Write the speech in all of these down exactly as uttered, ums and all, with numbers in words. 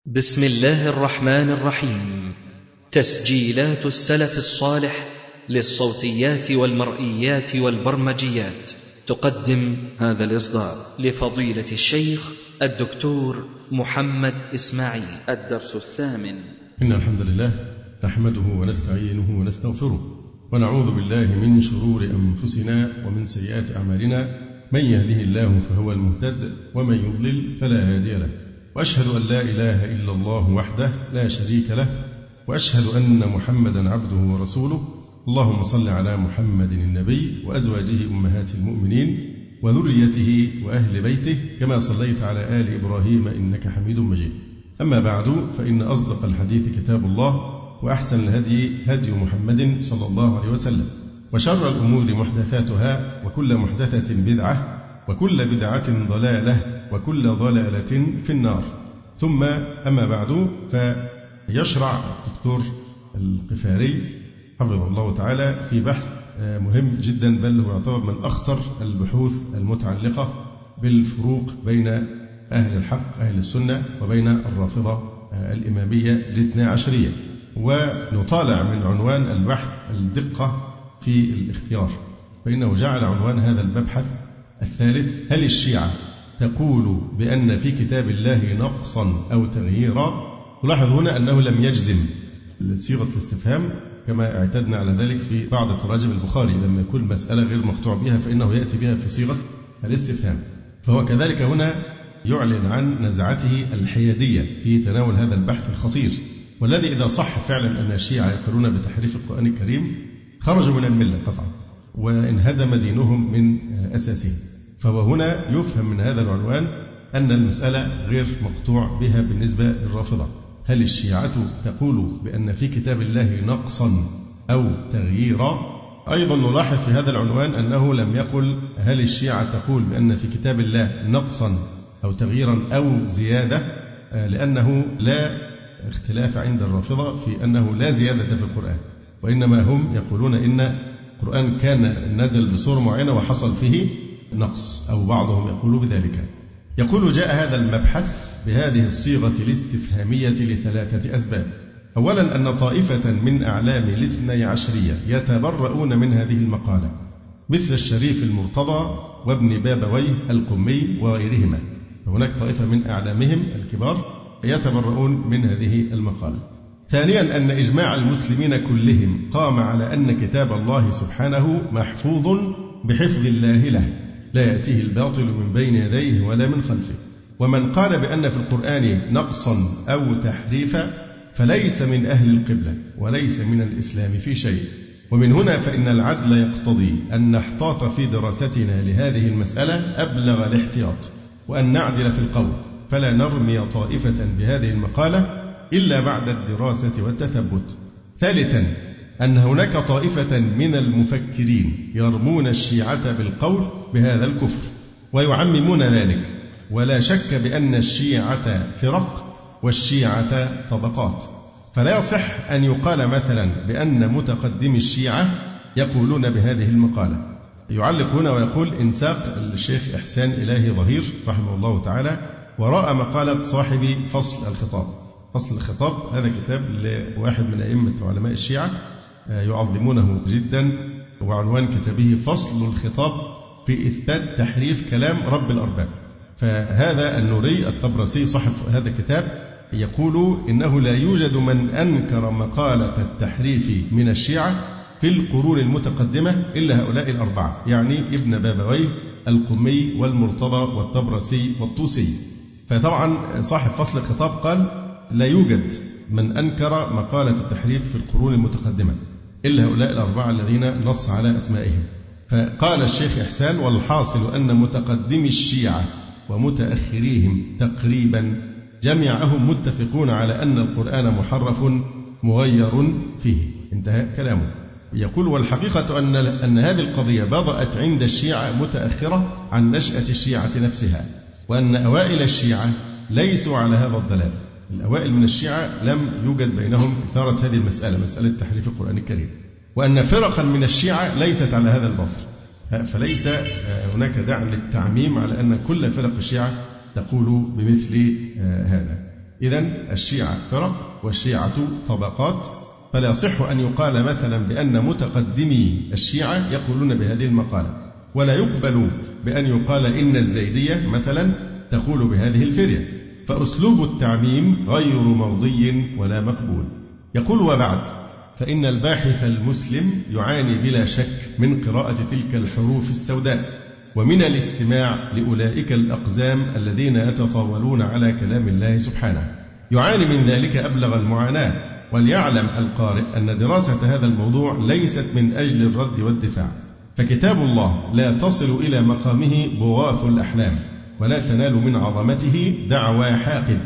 بسم الله الرحمن الرحيم. تسجيلات السلف الصالح للصوتيات والمرئيات والبرمجيات تقدم هذا الإصدار لفضيلة الشيخ الدكتور محمد إسماعيل. الدرس الثامن. إن الحمد لله نحمده ونستعينه ونستغفره ونعوذ بالله من شرور أنفسنا ومن سيئات أعمالنا، من يهده الله فهو المهتد ومن يضلل فلا هادي له، وأشهد أن لا إله إلا الله وحده لا شريك له، وأشهد أن محمدا عبده ورسوله. اللهم صل على محمد النبي وأزواجه أمهات المؤمنين وذريته وأهل بيته كما صليت على آل إبراهيم إنك حميد مجيد. أما بعد، فإن أصدق الحديث كتاب الله، وأحسن الهدي هدي محمد صلى الله عليه وسلم، وشر الأمور محدثاتها، وكل محدثة بدعة، وكل بدعة ضلالة، وكل ضلالة في النار. ثم أما بعد، فيشرع الدكتور القفاري حفظه الله تعالى في بحث مهم جدا، بل هو يعتبر من أخطر البحوث المتعلقة بالفروق بين أهل الحق أهل السنة وبين الرافضة الإمامية الاثنى عشرية. ونطالع من عنوان البحث الدقة في الاختيار، فإنه جعل عنوان هذا المبحث الثالث: هل الشيعة تقول بأن في كتاب الله نقصا أو تغييرا؟ نلاحظ هنا أنه لم يجزم صيغة الاستفهام كما اعتدنا على ذلك في بعض تراجم البخاري، لما يكون مسألة غير مقطوع بها فإنه يأتي بها في صيغة الاستفهام. فهو كذلك هنا يعلن عن نزعته الحيادية في تناول هذا البحث الخطير، والذي إذا صح فعلا أن الشيعة يقولون بتحريف القرآن الكريم خرجوا من الملة قطعا وانهدم دينهم من أساسه. فهو هنا يفهم من هذا العنوان أن المسألة غير مقطوع بها بالنسبة للرافضة. هل الشيعة تقول بأن في كتاب الله نقصا أو تغييرا؟ أيضا نلاحظ في هذا العنوان أنه لم يقل هل الشيعة تقول بأن في كتاب الله نقصا أو تغييرا أو زيادة، لأنه لا اختلاف عند الرافضة في أنه لا زيادة في القرآن، وإنما هم يقولون إن القرآن كان نزل بصورة معينة وحصل فيه نقص، أو بعضهم يقول بذلك. يقول: جاء هذا المبحث بهذه الصيغة الاستفهامية لثلاثة أسباب. أولا، أن طائفة من أعلام الاثني عشرية يتبرؤون من هذه المقالة، مثل الشريف المرتضى وابن بابويه القمي وغيرهما. هناك طائفة من أعلامهم الكبار يتبرؤون من هذه المقالة. ثانيا، أن إجماع المسلمين كلهم قام على أن كتاب الله سبحانه محفوظ بحفظ الله له، لا يأتيه الباطل من بين يديه ولا من خلفه. ومن قال بأن في القرآن نقصا أو تحريفا فليس من أهل القبلة وليس من الإسلام في شيء. ومن هنا فإن العدل يقتضي أن نحتاط في دراستنا لهذه المسألة أبلغ الاحتياط، وأن نعدل في القول، فلا نرمي طائفة بهذه المقالة إلا بعد الدراسة والتثبت. ثالثا، أن هناك طائفة من المفكرين يرمون الشيعة بالقول بهذا الكفر ويعممون ذلك، ولا شك بأن الشيعة فرق والشيعة طبقات، فلا يصح أن يقال مثلا بأن متقدم الشيعة يقولون بهذه المقالة. يعلق هنا ويقول: انساق الشيخ إحسان إلهي ظهير رحمه الله تعالى وراء مقالة صاحب فصل الخطاب. فصل الخطاب هذا كتاب لواحد من أئمة علماء الشيعة يعظمونه جدا، وعنوان كتابه فصل الخطاب في إثبات تحريف كلام رب الأرباب. فهذا النوري الطبرسي صاحب هذا الكتاب يقول إنه لا يوجد من أنكر مقالة التحريف من الشيعة في القرون المتقدمة إلا هؤلاء الأربعة، يعني ابن بابويه القمي والمرتضى والطبرسي والطوسي. فطبعا صاحب فصل الخطاب قال لا يوجد من أنكر مقالة التحريف في القرون المتقدمة إلا هؤلاء الأربعة الذين نص على أسمائهم. فقال الشيخ إحسان: والحاصل أن متقدمي الشيعة ومتأخريهم تقريبا جميعهم متفقون على أن القرآن محرف مغير فيه. انتهى كلامه. يقول: والحقيقة أن أن هذه القضية بدأت عند الشيعة متأخرة عن نشأة الشيعة نفسها، وأن أوائل الشيعة ليسوا على هذا الضلال. الأوائل من الشيعة لم يوجد بينهم إثارة هذه المسألة، مسألة تحريف القرآن الكريم، وأن فرقا من الشيعة ليست على هذا الباطل. فليس هناك داعي للتعميم على أن كل فرق الشيعة تقول بمثل هذا. إذن الشيعة فرق والشيعة طبقات، فلا يصح أن يقال مثلا بأن متقدمي الشيعة يقولون بهذه المقالة، ولا يقبل بأن يقال إن الزيدية مثلا تقول بهذه الفرية، فأسلوب التعميم غير مرضي ولا مقبول. يقول: وبعد، فإن الباحث المسلم يعاني بلا شك من قراءة تلك الحروف السوداء ومن الاستماع لأولئك الأقزام الذين يتطاولون على كلام الله سبحانه، يعاني من ذلك أبلغ المعاناة. وليعلم القارئ أن دراسة هذا الموضوع ليست من أجل الرد والدفاع، فكتاب الله لا تصل إلى مقامه بغاث الأحلام، ولا تنال من عظمته دعوى حاقد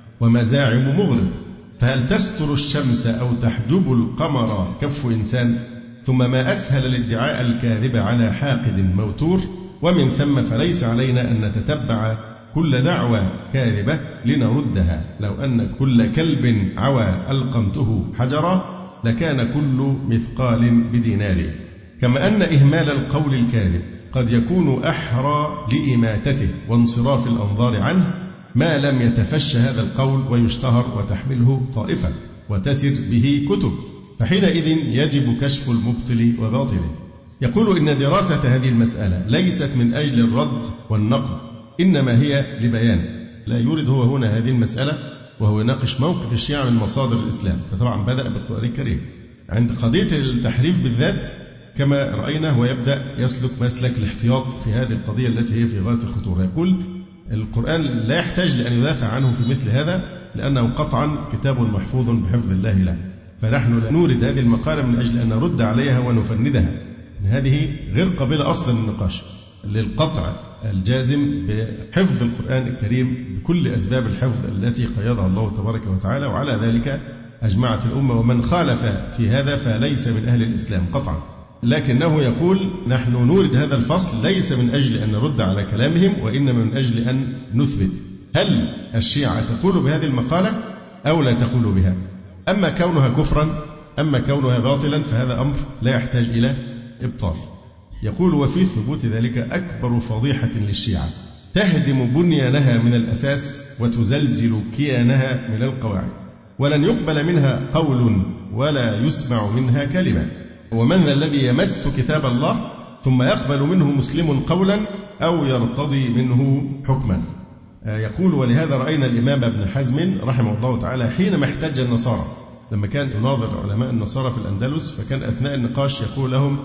ومزاعم مغرض. فهل تستر الشمس أو تحجب القمر كف إنسان؟ ثم ما أسهل الادعاء الكاذب على حاقد موتور. ومن ثم فليس علينا أن نتتبع كل دعوى كاذبة لنردها. لو أن كل كلب عوى ألقمته حجرا لكان كل مثقال بدينار. كما أن إهمال القول الكاذب قد يكون أحرى لإماتته وانصراف الأنظار عنه ما لم يتفش هذا القول ويشتهر وتحمله طائفة وتسر به كتب، فحينئذ يجب كشف المبطل وباطله. يقول إن دراسة هذه المسألة ليست من أجل الرد والنقد، إنما هي لبيان. لا يورد هو هنا هذه المسألة وهو يناقش موقف الشيعة من مصادر الإسلام، فطبعا بدأ بالقرآن الكريم. عند قضية التحريف بالذات كما رأينا هو يبدأ يسلك مسلك الاحتياط في هذه القضية التي هي في غاية الخطورة. يقول القرآن لا يحتاج لأن يدافع عنه في مثل هذا، لأنه قطعا كتاب محفوظ بحفظ الله له، فنحن لا نورد هذه المقالة من أجل أن نرد عليها ونفندها. هذه غير قابلة أصلا للنقاش، للقطع الجازم بحفظ القرآن الكريم بكل أسباب الحفظ التي قيضها الله تبارك وتعالى، وعلى ذلك أجمعت الأمة، ومن خالف في هذا فليس من أهل الإسلام قطعا. لكنه يقول نحن نورد هذا الفصل ليس من أجل أن نرد على كلامهم، وإنما من أجل أن نثبت هل الشيعة تقول بهذه المقالة أو لا تقول بها. أما كونها كفرا أما كونها باطلا فهذا أمر لا يحتاج إلى إبطال. يقول وفي ثبوت ذلك أكبر فضيحة للشيعة تهدم بنيانها من الأساس وتزلزل كيانها من القواعد، ولن يقبل منها قول ولا يسمع منها كلمة. ومن ذا الذي يمس كتاب الله ثم يقبل منه مسلم قولا أو يرتضي منه حكما؟ يقول ولهذا رأينا الإمام ابن حزم رحمه الله تعالى حينما احتج النصارى لما كان يناظر علماء النصارى في الأندلس، فكان أثناء النقاش يقول لهم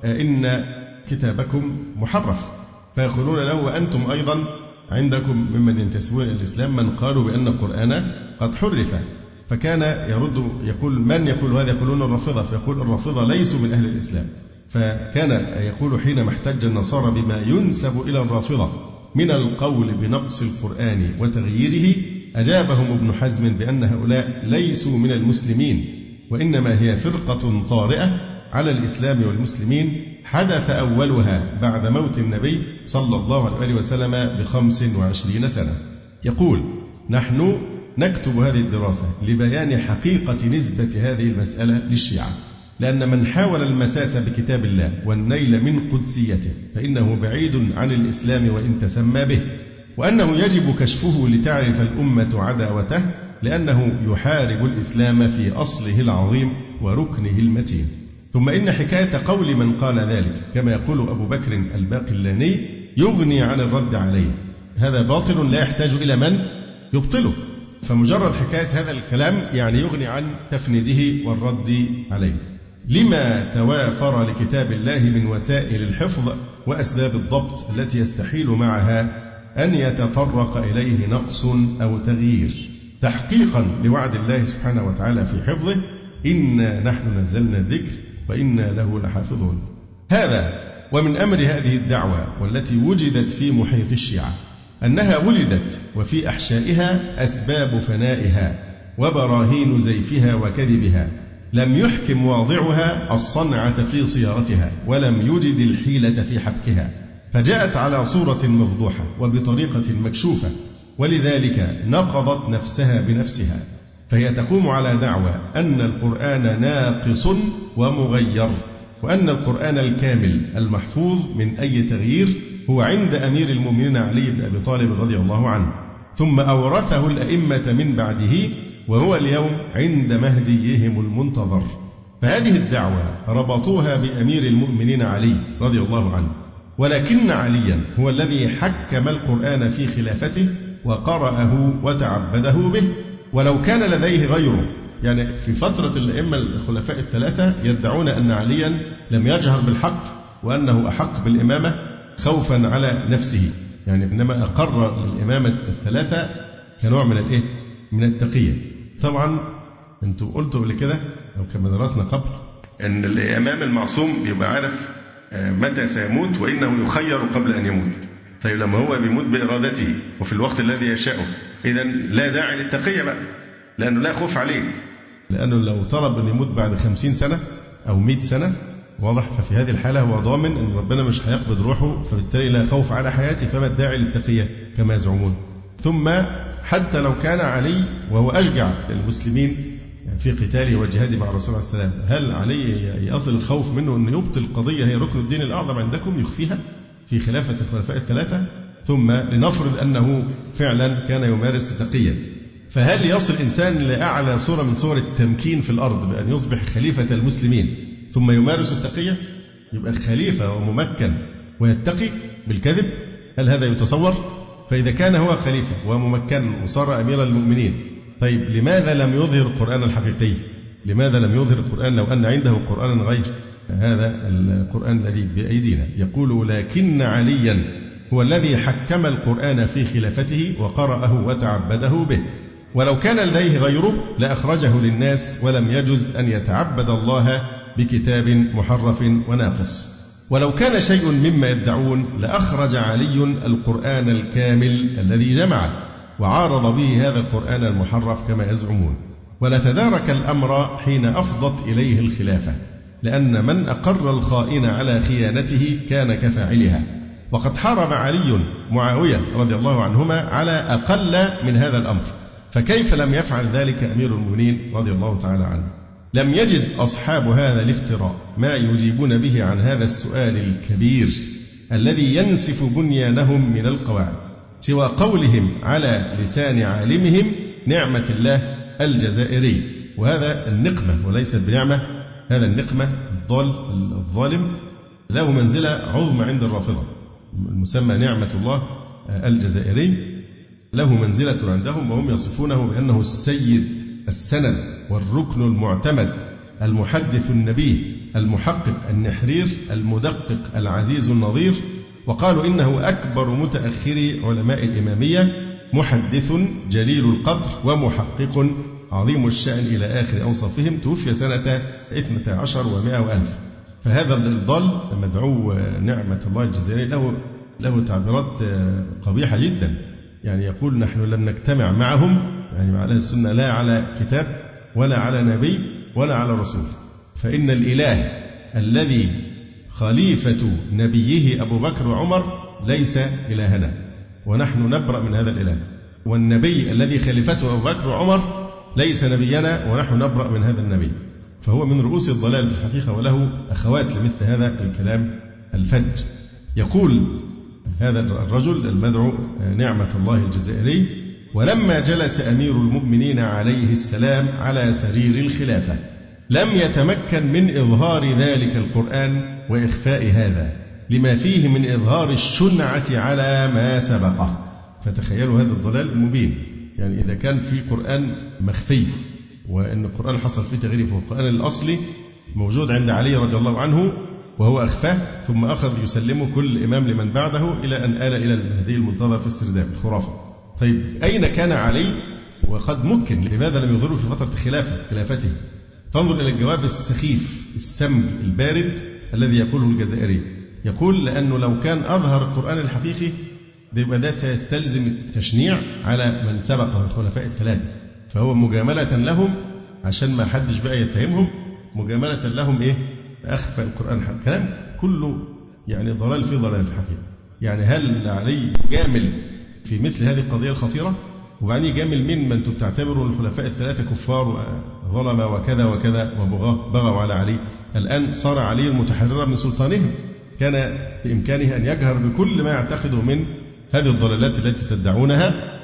إن كتابكم محرف، فيقولون له وأنتم أيضا عندكم ممن ينتسبون إلى الإسلام من قالوا بأن القرآن قد حرف. فكان يرد يقول من يقول هذا؟ يقولون الرافضة، فيقول الرافضة ليسوا من أهل الإسلام. فكان يقول حينما احتج النصارى بما ينسب إلى الرافضة من القول بنقص القرآن وتغييره، أجابهم ابن حزم بأن هؤلاء ليسوا من المسلمين، وإنما هي فرقة طارئة على الإسلام والمسلمين حدث أولها بعد موت النبي صلى الله عليه وسلم بخمس وعشرين سنة. يقول نحن نكتب هذه الدراسة لبيان حقيقة نسبة هذه المسألة للشيعة، لأن من حاول المساس بكتاب الله والنيل من قدسيته فإنه بعيد عن الإسلام وإن تسمى به، وأنه يجب كشفه لتعرف الأمة عداوته، لأنه يحارب الإسلام في أصله العظيم وركنه المتين. ثم إن حكاية قول من قال ذلك كما يقول أبو بكر الباقلاني يغني عن الرد عليه، هذا باطل لا يحتاج إلى من يبطله، فمجرد حكاية هذا الكلام يعني يغني عن تفنيده والرد عليه. لما توافر لكتاب الله من وسائل الحفظ وأسباب الضبط التي يستحيل معها أن يتطرق إليه نقص أو تغيير، تحقيقا لوعد الله سبحانه وتعالى في حفظه إنا نحن نزلنا الذكر وإنا له لحافظون. هذا ومن أمر هذه الدعوة والتي وجدت في محيط الشيعة أنها ولدت وفي أحشائها أسباب فنائها وبراهين زيفها وكذبها، لم يحكم واضعها الصنعة في صياغتها ولم يجد الحيلة في حبكها، فجاءت على صورة مفضوحة وبطريقة مكشوفة، ولذلك نقضت نفسها بنفسها. فهي تقوم على دعوى أن القرآن ناقص ومغير، وأن القرآن الكامل المحفوظ من أي تغيير هو عند أمير المؤمنين علي بن أبي طالب رضي الله عنه، ثم أورثه الأئمة من بعده وهو اليوم عند مهديهم المنتظر. فهذه الدعوة ربطوها بأمير المؤمنين علي رضي الله عنه، ولكن عليا هو الذي حكم القرآن في خلافته وقرأه وتعبده به، ولو كان لديه غيره. يعني في فترة الأئمة الخلفاء الثلاثة يدعون أن عليا لم يجهر بالحق وأنه أحق بالإمامة خوفا على نفسه، يعني إنما أقر الإمامة الثلاثة كنوع من الإيه؟ من التقية. طبعا أنتم قلتوا قبل كده أو كما درسنا قبل أن الإمام المعصوم يبقى عارف متى سيموت وإنه يخير قبل أن يموت. طيب لما هو بيموت بإرادته وفي الوقت الذي يشاءه، إذن لا داعي للتقية بقى، لأنه لا خوف عليه، لأنه لو طلب أن يموت بعد خمسين سنة أو مئة سنة واضح، ففي هذه الحالة هو ضامن أن ربنا مش هيقبض روحه، فبالتالي لا خوف على حياته، فما الداعي للتقية كما يزعمون. ثم حتى لو كان علي وهو أشجع المسلمين في قتاله وجهاده مع الرسول عليه السلام، هل علي يصل الخوف منه أن يبطل قضية هي ركن الدين الأعظم عندكم يخفيها في خلافة الخلفاء الثلاثة؟ ثم لنفرض أنه فعلا كان يمارس تقيا، فهل يصل إنسان لأعلى صورة من صور التمكين في الأرض بأن يصبح خليفة المسلمين ثم يمارس التقية؟ يبقى خليفة وممكن ويتقي بالكذب؟ هل هذا يتصور؟ فإذا كان هو خليفة وممكن وصار أمير المؤمنين، طيب لماذا لم يظهر القرآن الحقيقي؟ لماذا لم يظهر القرآن لو أن عنده قرآن غير هذا القرآن الذي بأيدينا؟ يقول لكن عليا هو الذي حكم القرآن في خلافته وقرأه وتعبده به، ولو كان لديه غيره لأخرجه للناس ولم يجز أن يتعبد الله بكتاب محرف وناقص. ولو كان شيء مما يدعون لأخرج علي القرآن الكامل الذي جمعه وعارض به هذا القرآن المحرف كما يزعمون، ولتدارك الأمر حين أفضت إليه الخلافة، لأن من أقر الخائن على خيانته كان كفاعلها. وقد حارب علي معاوية رضي الله عنهما على أقل من هذا الأمر، فكيف لم يفعل ذلك أمير المؤمنين رضي الله تعالى عنه؟ لم يجد أصحاب هذا الافتراء ما يجيبون به عن هذا السؤال الكبير الذي ينسف بنيانهم من القواعد سوى قولهم على لسان عالمهم نعمة الله الجزائري، وهذا النقمة وليست بنعمة، هذا النقمة الضال الظالم له منزلة عظمى عند الرافضة، المسمى نعمة الله الجزائري له منزلة عندهم، وهم يصفونه بأنه السيد السند والركن المعتمد المحدث النبيه المحقق النحرير المدقق العزيز النظير، وقالوا إنه أكبر متأخري علماء الإمامية، محدث جليل القدر ومحقق عظيم الشأن إلى آخر أوصافهم، توفي سنة اثنتي عشر ومائة وألف. فهذا الضال مدعو نعمة الله الجزائري له له تعبيرات قبيحة جدا، يعني يقول نحن لم نجتمع معهم، يعني مع أهل السنة، لا على كتاب ولا على نبي ولا على رسول، فإن الإله الذي خليفة نبيه أبو بكر وعمر ليس إلهنا، ونحن نبرأ من هذا الإله، والنبي الذي خليفته أبو بكر وعمر ليس نبينا ونحن نبرأ من هذا النبي. فهو من رؤوس الضلال في الحقيقة، وله أخوات لمثل هذا الكلام الفج. يقول هذا الرجل المدعو نعمة الله الجزائري: ولما جلس أمير المؤمنين عليه السلام على سرير الخلافة لم يتمكن من إظهار ذلك القرآن وإخفاء هذا لما فيه من إظهار الشنعة على ما سبقه. فتخيلوا هذا الضلال المبين، يعني إذا كان في قرآن مخفي وأن القرآن حصل فيه تغيير، فالقرآن الأصلي موجود عند علي رضي الله عنه وهو أخفاه، ثم أخذ يسلمه كل إمام لمن بعده إلى أن آل إلى المهدي المنتظر في السرداب الخرافة. طيب أين كان علي وقد ممكن؟ لماذا لم يظهره في فترة خلافة خلافته؟ فانظر إلى الجواب السخيف السمج البارد الذي يقوله الجزائري. يقول لأنه لو كان أظهر القرآن الحقيقي يبقى ده سيستلزم التشنيع على من سبقه من الخلفاء الثلاثة، فهو مجاملة لهم عشان ما حدش بقى يتهمهم، مجاملة لهم إيه؟ أخفى القرآن الحقيقي. كلام كله يعني ضلال في ضلال الحقيقة. يعني هل علي جامل في مثل هذه القضية الخطيرة؟ وبعدين جامل من من أنتم بتعتبروا الخلفاء الثلاثة كفار وظلمة وكذا وكذا وبغوا على علي؟ الآن صار علي المتحرر من سلطانهم، كان بإمكانه أن يجهر بكل ما يعتقده من هذه الضلالات التي تدعونها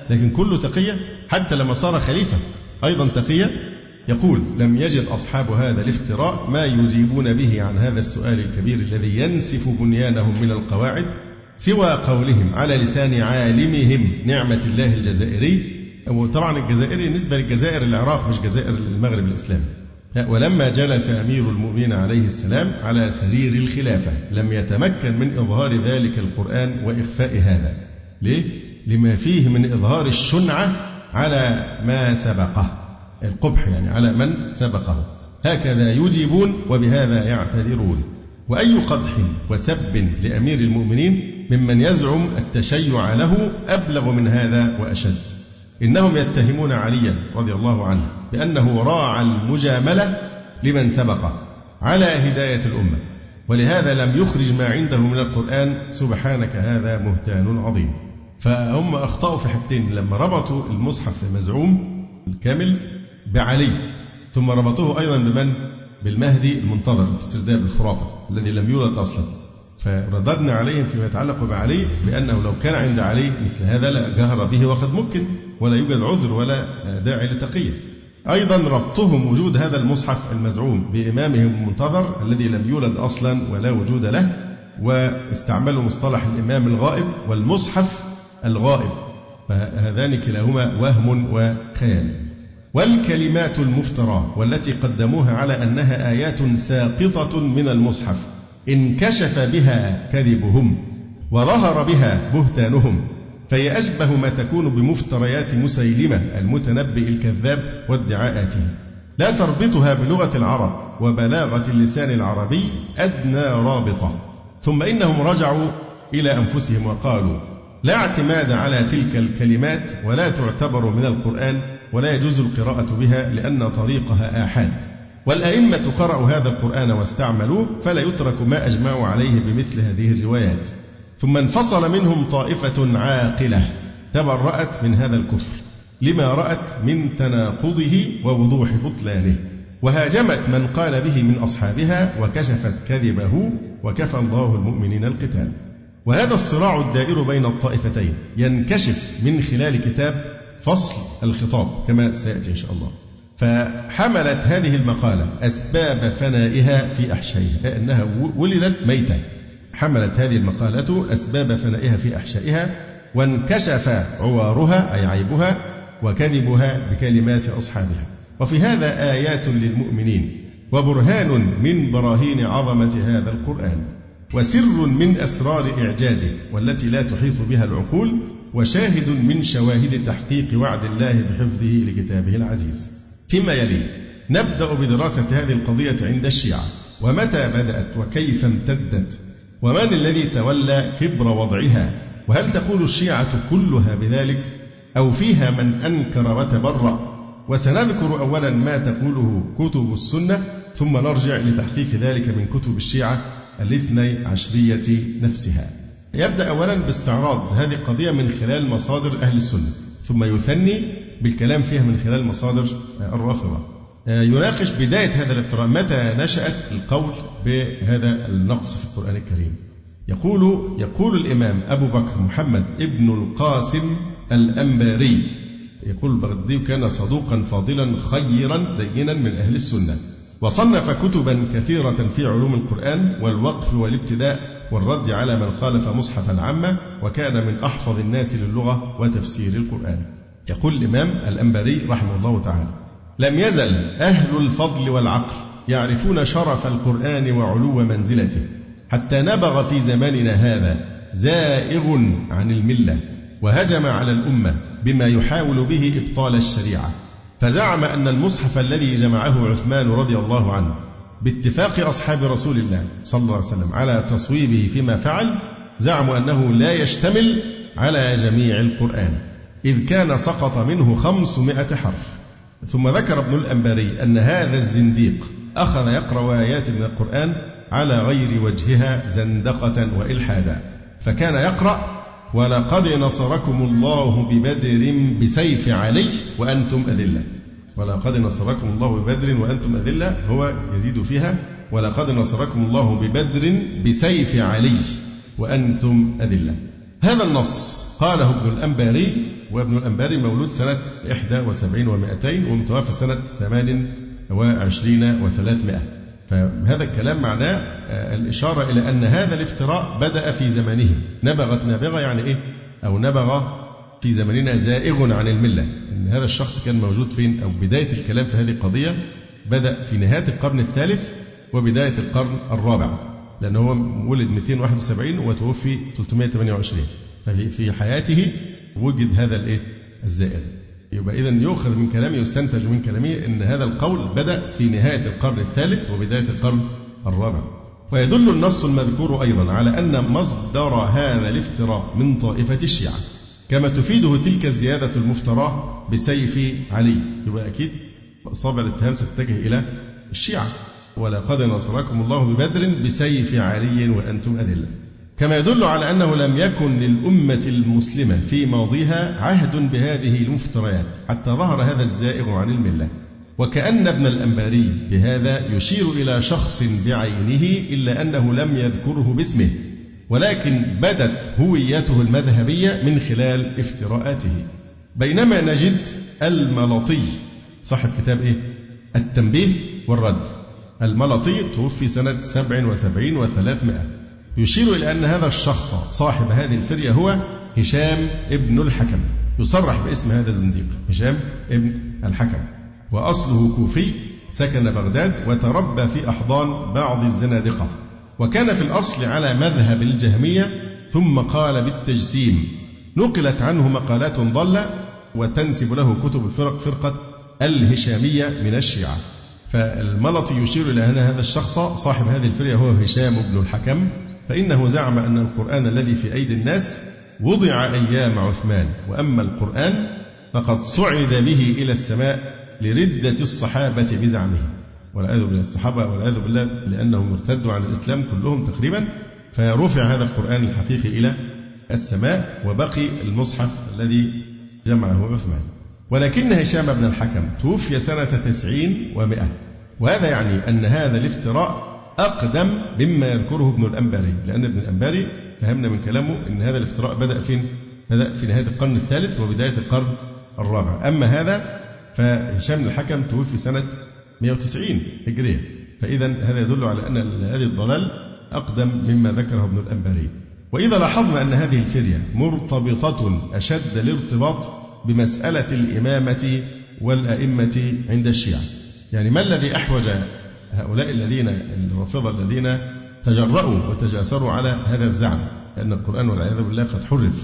لكن كله تقية. حتى لما صار خليفة أيضا تقية. يقول: لم يجد أصحاب هذا الافتراء ما يجيبون به عن هذا السؤال الكبير الذي ينسف بنيانهم من القواعد سوى قولهم على لسان عالمهم نعمة الله الجزائري. وطبعا الجزائري نسبة للجزائر العراق مش جزائر المغرب الإسلامي. ولما جلس أمير المؤمنين عليه السلام على سرير الخلافة لم يتمكن من إظهار ذلك القرآن وإخفاء هذا. ليه؟ لما فيه من إظهار الشنعة على ما سبقه، القبح يعني على من سبقه. هكذا يجيبون وبهذا يعتذرون. وأي قدح وسب لأمير المؤمنين ممن يزعم التشيع له أبلغ من هذا وأشد. إنهم يتهمون عليا رضي الله عنه بأنه راعى المجاملة لمن سبقه على هداية الأمة، ولهذا لم يخرج ما عنده من القرآن. سبحانك هذا بهتان عظيم. فهم أخطأوا في حاجتين: لما ربطوا المصحف المزعوم الكامل بعلي، ثم ربطوه أيضا بمن؟ بالمهدي المنتظر في السرداب الخرافة الذي لم يولد أصلا. فرددنا عليهم فيما يتعلق بعلي بأنه لو كان عند علي مثل هذا لجهر به وقد ممكن ولا يوجد عذر ولا داعي لتقية. أيضا ربطهم وجود هذا المصحف المزعوم بإمامهم المنتظر الذي لم يولد أصلا ولا وجود له، واستعملوا مصطلح الإمام الغائب والمصحف الغائب، فهذان كلاهما وهم وخيال. والكلمات المفترى والتي قدموها على أنها آيات ساقطة من المصحف انكشف بها كذبهم وظهر بها بهتانهم، فهي أشبه ما تكون بمفتريات مسيلمة المتنبئ الكذاب وادعاءاته، لا تربطها بلغة العرب وبلاغة اللسان العربي أدنى رابطة. ثم إنهم رجعوا إلى أنفسهم وقالوا: لا اعتماد على تلك الكلمات ولا تعتبر من القرآن ولا يجوز القراءة بها لأن طريقها آحاد، والأئمة قرأوا هذا القرآن واستعملوه فلا يترك ما أجمعوا عليه بمثل هذه الروايات. ثم انفصل منهم طائفة عاقلة تبرأت من هذا الكفر لما رأت من تناقضه ووضوح بطلانه، وهاجمت من قال به من أصحابها وكشفت كذبه وكفى الله المؤمنين القتال. وهذا الصراع الدائر بين الطائفتين ينكشف من خلال كتاب فصل الخطاب كما سيأتي إن شاء الله. فحملت هذه المقالة أسباب فنائها في أحشائها، أنها ولدت ميتة. حملت هذه المقالة أسباب فنائها في أحشائها، وانكشف عوارها أي عيبها وكذبها بكلمات أصحابها. وفي هذا آيات للمؤمنين وبرهان من براهين عظمة هذا القرآن، وسر من أسرار إعجازه والتي لا تحيط بها العقول، وشاهد من شواهد تحقيق وعد الله بحفظه لكتابه العزيز. فيما يلي نبدأ بدراسة هذه القضية عند الشيعة، ومتى بدأت وكيف امتدت ومن الذي تولى كبر وضعها، وهل تقول الشيعة كلها بذلك أو فيها من أنكر وتبرأ. وسنذكر أولا ما تقوله كتب السنة ثم نرجع لتحقيق ذلك من كتب الشيعة الاثني عشرية نفسها. يبدأ أولا باستعراض هذه القضية من خلال مصادر أهل السنة، ثم يثني بالكلام فيها من خلال مصادر الرافضة. يناقش بداية هذا الافتراء، متى نشأت القول بهذا النقص في القرآن الكريم. يقول يقول الإمام أبو بكر محمد ابن القاسم الأنباري، يقول البغدادي: كان صدوقا فاضلا خيرا دينا من أهل السنة، وصنف كتبا كثيرة في علوم القرآن والوقف والابتداء والرد على من خالف مصحف العامة، وكان من أحفظ الناس للغة وتفسير القرآن. يقول الإمام الأنباري رحمه الله تعالى: لم يزل أهل الفضل والعقل يعرفون شرف القرآن وعلو منزلته، حتى نبغ في زماننا هذا زائغ عن الملة وهجم على الأمة بما يحاول به إبطال الشريعة، فزعم أن المصحف الذي جمعه عثمان رضي الله عنه باتفاق أصحاب رسول الله صلى الله عليه وسلم على تصويبه فيما فعل، زعموا أنه لا يشتمل على جميع القرآن إذ كان سقط منه خمسمائة حرف. ثم ذكر ابن الأنباري أن هذا الزنديق أخذ يقرأ آيات من القرآن على غير وجهها زندقة وإلحادا، فكان يقرأ: ولقد نصركم الله ببدر بسيف علي وأنتم أذلة. ولقد نصركم الله ببدر وأنتم أذلة، هو يزيد فيها: ولقد نصركم الله ببدر بسيف علي وأنتم أذلة. هذا النص قاله ابن الأنباري، وابن الأنباري مولود سنة إحدى وسبعين ومائتين ومتوفى سنة ثمان وعشرين وثلاثمائة. فهذا الكلام معناه الإشارة إلى أن هذا الافتراء بدأ في زمانه. نبغت نابغة يعني إيه؟ أو نبغ في زماننا زائغ عن الملة. إن هذا الشخص كان موجود فين؟ أو بداية الكلام في هذه القضية بدأ في نهاية القرن الثالث وبداية القرن الرابع، لأنه هو ولد مئتين وواحد وسبعين وتوفي ثلاثمائة وثمانية وعشرين، ففي في حياته وجد هذا الإيه؟ الزائغ. يبقى إذن يؤخذ من كلامه، يستنتج من كلامه أن هذا القول بدأ في نهاية القرن الثالث وبداية القرن الرابع. ويدل النص المذكور أيضا على أن مصدر هذا الافتراء من طائفة الشيعة، كما تفيده تلك الزيادة المفتراه بسيف علي. يبقى أكيد أصابع الاتهام ستتجه إلى الشيعة، ولقد نصركم الله ببدر بسيف علي وأنتم أذلة. كما يدل على أنه لم يكن للأمة المسلمة في ماضيها عهد بهذه المفتريات حتى ظهر هذا الزائغ عن الملة. وكأن ابن الأنباري بهذا يشير إلى شخص بعينه، إلا أنه لم يذكره باسمه، ولكن بدت هويته المذهبية من خلال افتراءاته. بينما نجد الملطي صاحب كتاب إيه؟ التنبيه والرد. الملطي توفي سنة سبع وسبعين وثلاثمائة، يشير إلى أن هذا الشخص صاحب هذه الفرية هو هشام ابن الحكم، يصرح باسم هذا الزنديق هشام ابن الحكم، وأصله كوفي، سكن بغداد وتربى في أحضان بعض الزنادقة، وكان في الأصل على مذهب الجهمية ثم قال بالتجسيم. نقلت عنه مقالات ضالة وتنسب له كتب الفرق فرقة الهشامية من الشيعة. فالملطي يشير إلى أن هذا الشخص صاحب هذه الفرية هو هشام بن الحكم، فإنه زعم أن القرآن الذي في أيدي الناس وضع أيام عثمان، وأما القرآن فقد صعد به إلى السماء لردة الصحابة بزعمه، والعياذ بالله. الصحابة والعياذ بالله لأنهم ارتدوا عن الإسلام كلهم تقريبا، فرفع هذا القرآن الحقيقي إلى السماء وبقي المصحف الذي جمعه عثمان. ولكن هشام بن الحكم توفي سنة تسعين ومائة، وهذا يعني أن هذا الافتراء أقدم مما يذكره ابن الأنباري، لأن ابن الأنباري فهمنا من كلامه أن هذا الافتراء بدأ فين؟ بدأ في نهاية القرن الثالث وبداية القرن الرابع. أما هذا فهشام بن الحكم توفي سنة مئة وتسعين هجرية، فإذا هذا يدل على أن هذه الضلال أقدم مما ذكره ابن الأنباري. وإذا لاحظنا أن هذه الفرية مرتبطة أشد الارتباط بمسألة الإمامة والأئمة عند الشيعة، يعني ما الذي أحوج هؤلاء الذين الرافضة الذين تجرؤوا وتجاسروا على هذا الزعم لأن القرآن والعياذ بالله قد حرف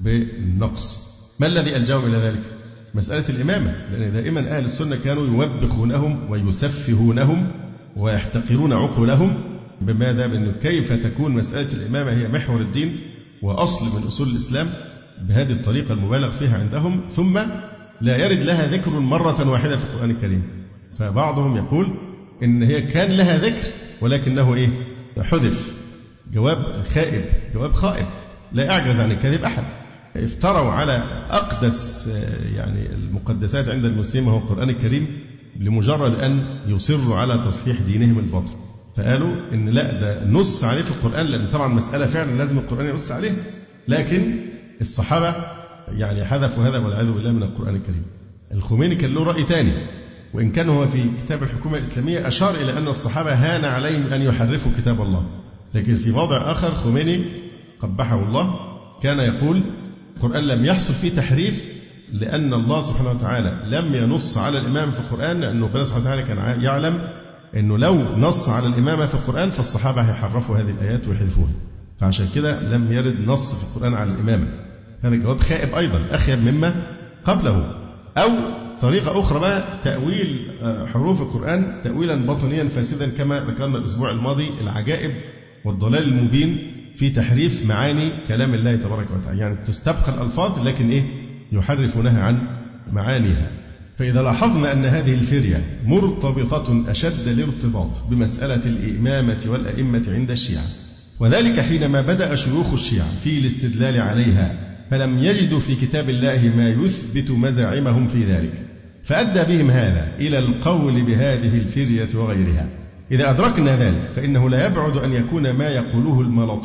بالنقص، ما الذي ألجأهم إلى ذلك؟ مسألة الإمامة، لأن دائما أهل السنة كانوا يوبخونهم ويسفهونهم ويحتقرون عقولهم. بماذا؟ بأنه كيف تكون مسألة الإمامة هي محور الدين وأصل من أصول الإسلام بهذه الطريقة المبالغ فيها عندهم، ثم لا يرد لها ذكر مرة واحدة في القرآن الكريم. فبعضهم يقول إن هي كان لها ذكر ولكنه إيه؟ حذف. جواب خائب، جواب خائب لا يعجز عن الكذب أحد. افتروا على أقدس يعني المقدسات عند المسلمين وهو القرآن الكريم لمجرد أن يصروا على تصحيح دينهم الباطل، فقالوا إن لا ده نص عليه في القرآن، لأن طبعا مسألة فعلا لازم القرآن ينص عليه، لكن الصحابة يعني حذفوا هذا والعياذ بالله من القرآن الكريم. الخميني كان له رأي تاني، وإن كان هو في كتاب الحكومة الإسلامية أشار إلى أن الصحابة هان عليهم أن يحرفوا كتاب الله، لكن في موضع آخر خميني قبحه الله كان يقول القرآن لم يحصل فيه تحريف لأن الله سبحانه وتعالى لم ينص على الإمام في القرآن، لأنه الله سبحانه وتعالى كان يعلم أنه لو نص على الإمامة في القرآن فالصحابة هيحرفوا هذه الآيات ويحذفوها، فعشان كده لم يرد نص في القرآن على الإمامة. هذا جواب خائب أيضا، أخيب مما قبله. أو طريقة أخرى بقى تأويل حروف القرآن تأويلا باطنيا فاسدا، كما ذكرنا الأسبوع الماضي العجائب والضلال المبين في تحريف معاني كلام الله تبارك وتعالى، يعني تستبقى الألفاظ لكن إيه يحرفونها عن معانيها. فإذا لاحظنا أن هذه الفرية مرتبطة أشد الارتباط بمسألة الإمامة والأئمة عند الشيعة، وذلك حينما بدأ شيوخ الشيعة في الاستدلال عليها فلم يجدوا في كتاب الله ما يثبت مزاعمهم في ذلك، فأدى بهم هذا إلى القول بهذه الفرية وغيرها. إذا أدركنا ذلك فإنه لا يبعد أن يكون ما يقوله الملطي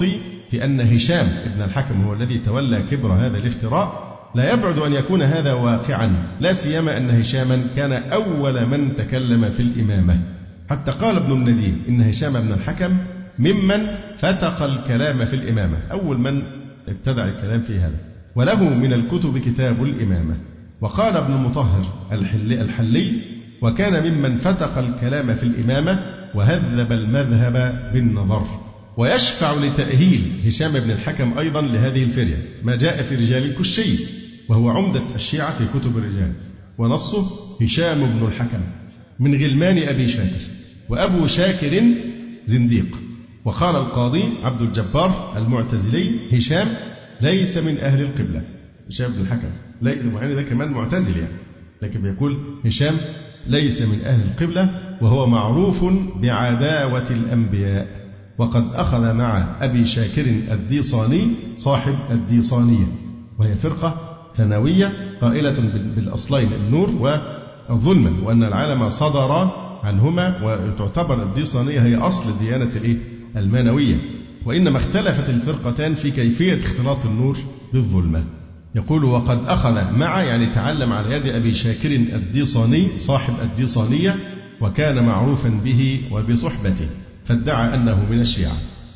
في أن هشام ابن الحكم هو الذي تولى كبر هذا الافتراء لا يبعد أن يكون هذا واقعا، لا سيما أن هشاما كان أول من تكلم في الإمامة، حتى قال ابن النديم إن هشام بن الحكم ممن فتق الكلام في الإمامة، أول من ابتدع الكلام في هذا، وله من الكتب كتاب الإمامة. وقال ابن المطهر الحلي, الحلي وكان ممن فتق الكلام في الإمامة وهذب المذهب بالنظر. ويشفع لتأهيل هشام بن الحكم أيضا لهذه الفرية ما جاء في رجال الكشي، وهو عمدة الشيعة في كتب الرجال، ونصه هشام بن الحكم من غلمان أبي شاكر، وأبو شاكر زنديق. وقال القاضي عبد الجبار المعتزلي هشام ليس من أهل القبلة. هشام بن الحكم لا يعني ده كمان معتزل يعني، لكن بيقول هشام ليس من أهل القبلة، وهو معروف بعداوة الأنبياء، وقد أخذ مع أبي شاكر الديصاني صاحب الديصانية، وهي فرقة ثانوية قائلة بالأصلين النور والظلمة، وأن العالم صدر عنهما، وتعتبر الديصانية هي أصل الديانة المانوية، وإنما اختلفت الفرقتان في كيفية اختلاط النور بالظلمة. يقول وقد أخذ مع يعني تعلم على يد أبي شاكر الديصاني صاحب الديصانية، وكان معروفا به وبصحبته، فادعى أنه من الشيعة،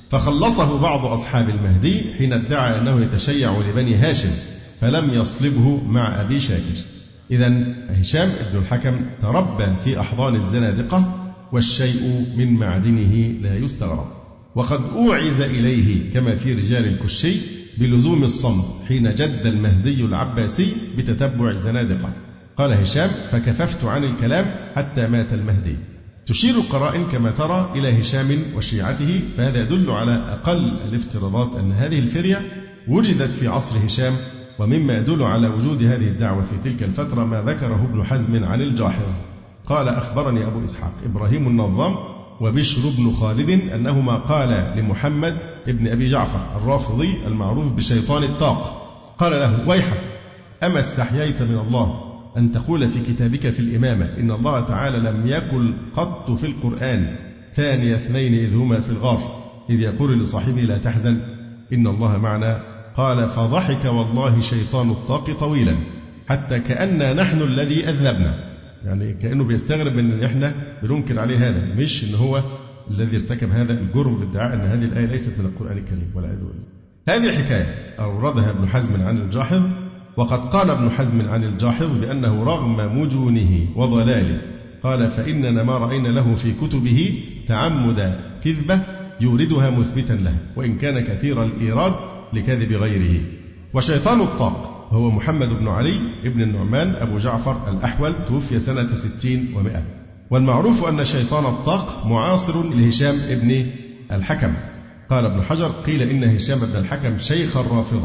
فخلصه بعض أصحاب المهدي حين ادعى أنه يتشيع لبني هاشم، فلم يصلبه مع أبي شاكر. إذن هشام بن الحكم تربى في أحضان الزنادقة، والشيء من معدنه لا يستغرب. وقد أوعز إليه كما في رجال الكشي بلزوم الصمت حين جد المهدي العباسي بتتبع الزنادقة. قال هشام فكففت عن الكلام حتى مات المهدي. تشير القرائن كما ترى إلى هشام وشيعته، فهذا يدل على أقل الافتراضات أن هذه الفرية وجدت في عصر هشام. ومما يدل على وجود هذه الدعوة في تلك الفترة ما ذكره ابن حزم عن الجاحظ، قال أخبرني أبو إسحاق إبراهيم النظام وبشر بن خالد أنهما قال لمحمد ابن أبي جعفر الرافضي المعروف بشيطان الطاق، قال له ويحك أما استحييت من الله أن تقول في كتابك في الإمامة إن الله تعالى لم يقل قط في القرآن ثاني اثنين إذ هما في الغار إذ يقول لصاحبه لا تحزن إن الله معنا. قال فضحك والله شيطان الطاق طويلا حتى كأننا نحن الذي أذنبنا، يعني كأنه بيستغرب من إحنا بننكر عليه هذا، مش إن هو الذي ارتكب هذا الجرم بادعاء أن هذه الآية ليست من القرآن الكريم ولا أدري. هذه الحكاية أوردها ابن حزم عن الجاحظ. وقد قال ابن حزم عن الجاحظ بأنه رغم مجونه وضلاله قال فإننا ما رأينا له في كتبه تعمد كذبة يوردها مثبتا له، وإن كان كثير الإيراد لكذب غيره. وشيطان الطاق هو محمد بن علي ابن النعمان أبو جعفر الأحول، توفي سنة ستين ومائة. والمعروف أن شيطان الطاق معاصر لهشام ابن الحكم. قال ابن حجر قيل إن هشام بن الحكم شيخ الرافضة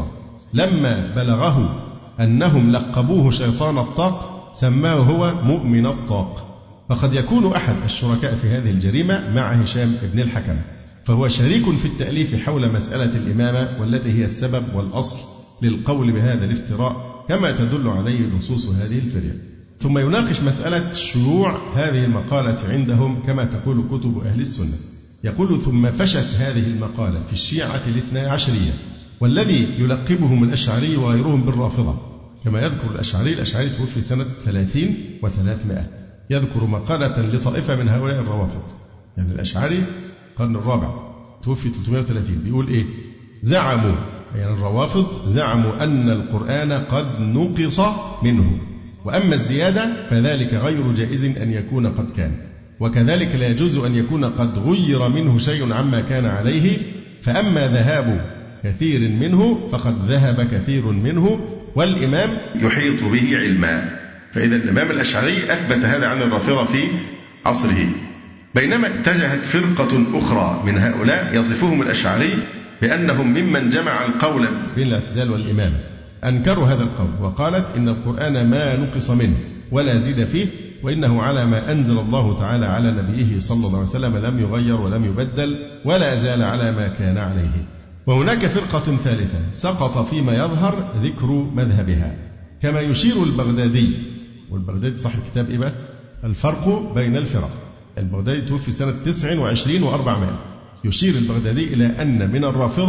لما بلغه أنهم لقبوه شيطان الطاق سماه هو مؤمن الطاق، فقد يكون أحد الشركاء في هذه الجريمة مع هشام بن الحكم، فهو شريك في التأليف حول مسألة الإمامة والتي هي السبب والأصل للقول بهذا الافتراء كما تدل عليه نصوص هذه الفرية. ثم يناقش مسألة شيوع هذه المقالة عندهم كما تقول كتب أهل السنة. يقول ثم فشت هذه المقالة في الشيعة الاثنى عشرية، والذي يلقبهم الأشعري وغيرهم بالرافضة كما يذكر الأشعري. الأشعري توفي سنة ثلاثين وثلاثمائة، يذكر مقالة لطائفة من هؤلاء الروافض، يعني الأشعري القرن الرابع توفي ثلاثمائة وثلاثين، بيقول إيه؟ زعموا يعني الروافض زعموا أن القرآن قد نقص منه، وأما الزيادة فذلك غير جائز أن يكون قد كان، وكذلك لا يجوز أن يكون قد غير منه شيء عما كان عليه، فأما ذهاب كثير منه فقد ذهب كثير منه والإمام يحيط به علما. فإذا الإمام الأشعري أثبت هذا عن الرافضة في عصره. بينما اتجهت فرقة أخرى من هؤلاء يصفهم الأشعري بأنهم ممن جمع القول بين الاعتزال والإمامة، أنكروا هذا القول وقالت إن القرآن ما نقص منه ولا زيد فيه، وإنه على ما أنزل الله تعالى على نبيه صلى الله عليه وسلم لم يغير ولم يبدل ولا زال على ما كان عليه. وهناك فرقة ثالثة سقط فيما يظهر ذكر مذهبها كما يشير البغدادي، والبغدادي صاحب كتاب إيه بقى؟ الفرق بين الفرق. البغدادي توفي سنة تسع وعشرين وأربعمائة. يشير البغدادي إلى أن من الرافضة